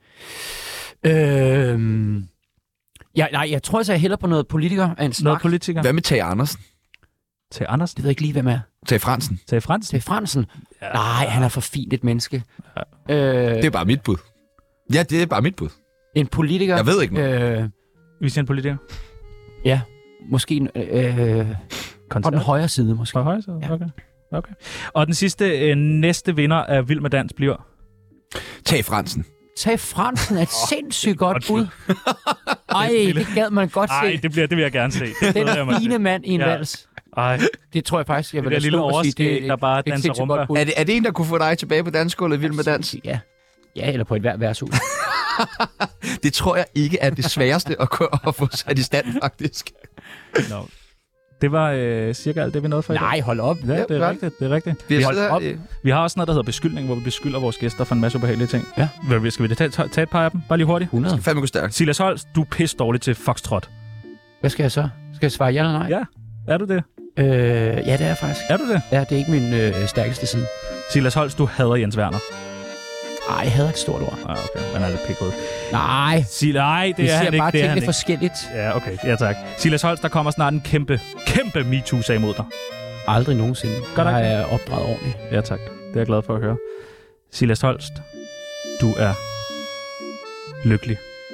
Øh... Ja, nej, jeg tror altså, jeg hælder på noget politiker af en Noget slags. politiker. Hvad med Tage Andersen? Til Andersen. Det ved jeg ikke lige, hvem er. Tage Fransen? Til Fransen. Til Fransen. Ja. Nej, han er for fint et menneske. Ja. Øh, Det er bare mit bud. Ja, det er bare mit bud. en politiker... Jeg ved ikke noget. Øh, Vi siger en politiker. ja, måske en, øh, på den højre side, måske. På højre side? Ja. Okay. okay. Og den sidste, øh, næste vinder af Vild med Dans bliver... Tage Fransen. Tag Fransen er et sindssygt godt bud. Ej, det gad man godt se. Nej, det, bliver, det vil jeg gerne se. Det Den glæder jeg mig til. fine mand i en Ja. vals. Ej, Det tror jeg faktisk, jeg det vil der lade lille stå og sige. overskæg, der bare det er et danser sindssygt rumba. godt bud. Er det, er det en, der kunne få dig tilbage på dansgulvet, Vild med Dans? Ja. Ja, eller på et hvert værtshus. Det tror jeg ikke er det sværeste at, kunne- at få sat i stand, faktisk. no. Det var øh, cirka alt det, vi nåede for i dag. Nej, hold op. Ja, det er Ja, rigtigt. Det er rigtigt. Vi Vi, sidder, har, op. øh, vi har også noget, der hedder beskyldning, hvor vi beskylder vores gæster for en masse ubehagelige ting. Ja. Hvad, skal vi tage, tage et par af dem? Bare lige hurtigt. hundrede. fandme gå stærkt. Silas Holst, du er pisse dårlig til foxtrot. Hvad skal jeg så? Skal jeg svare ja eller nej? Ja. Er du det? Øh, ja, det er jeg faktisk. Er du det? Ja, det er ikke min øh, stærkeste side. Silas Holst, du hader Jens Werner. Ej, jeg havde et stort ord. Ah, okay. Man er lidt pikket. Nej, Sil- Nej, det vi er han ser ikke. bare Det er han tingene ikke. forskelligt. Ja, okay. Ja, tak. Silas Holst, der kommer snart en kæmpe, kæmpe MeToo-sag mod dig. Aldrig nogensinde. Gør der jeg ikke er opdraget ordentligt. Ja, tak. Det er jeg glad for at høre. Silas Holst, du er lykkelig.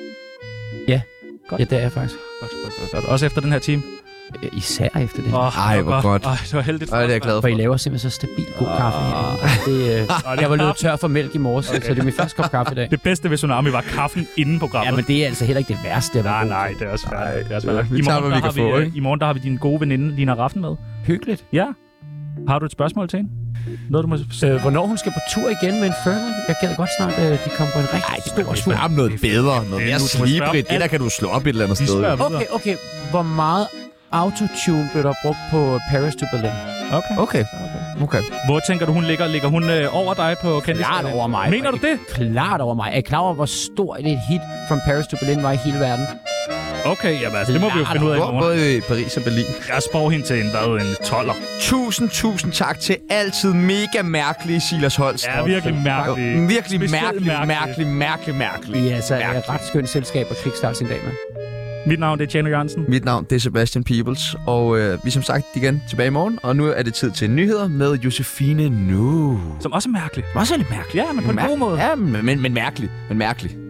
Godt. Ja, det er jeg faktisk. Godt, godt, godt, godt. Også efter den her time. Øh, Især efter det. Oh, Ej, hvor godt. Ej, det var heldigt. Ej, det er jeg glad For for. I laver simpelthen så stabil god kaffe. Ah. Det, øh, jeg var løbet tør for mælk i morges, okay. Så det er min første kop kaffe i dag. Det bedste ved Tsunami var kaffen inden programmet. Ja, men det er altså heller ikke det værste. Jeg var Nej, god nej, til. det er også Ej, svært. Det er også ja, svært. vi I tager, morgen, hvad vi der kan har få, vi, øh, ikke? I morgen der har vi din gode veninde, Lina Raffen, med. Hyggeligt. Ja. Har du et spørgsmål til hende? Noget, du må... Øh, hvornår hun skal på tur igen med en Furman? Jeg gad godt snart, øh, de kommer på en rigtig stor tur. Spørg om noget bedre, noget Det er mere nu, du må spørge om slibrigt. Det der kan du slå op et eller andet Vi sted. spørger videre. Okay, okay. Hvor meget autotune blev der brugt på Paris to Berlin? Okay. Okay, okay. Hvor tænker du, hun ligger? Ligger hun øh, over dig på Candice? Klart over mig. Mener du det? Klart over mig. Er I klar over, hvor stor et hit From Paris to Berlin var i hele verden? Okay, jamen altså, det må vi jo finde ud af i Både- morgen. Både i Paris og Berlin. Jeg spår hende til en, hvad, en toller. Tusind, tusind tak til altid mega mærkelige Silas Holst. Ja, virkelig mærkelig. Virkelig Specielt mærkelig, mærkelig. mærkelig, mærkelig, mærkelig. I er altså Mærkeligt. et ret skønt selskab at kickstarte sin dag med. Mit navn det er Tjano Jørgensen. Mit navn det er Sebastian Peebles, og øh, vi er som sagt igen tilbage i morgen, og nu er det tid til nyheder med Josefine Nu. Som også er mærkelig. Også lidt mærkeligt. Ja, men på en Mær- god måde. Ja, men, men, men mærkelig. Men mærkelig.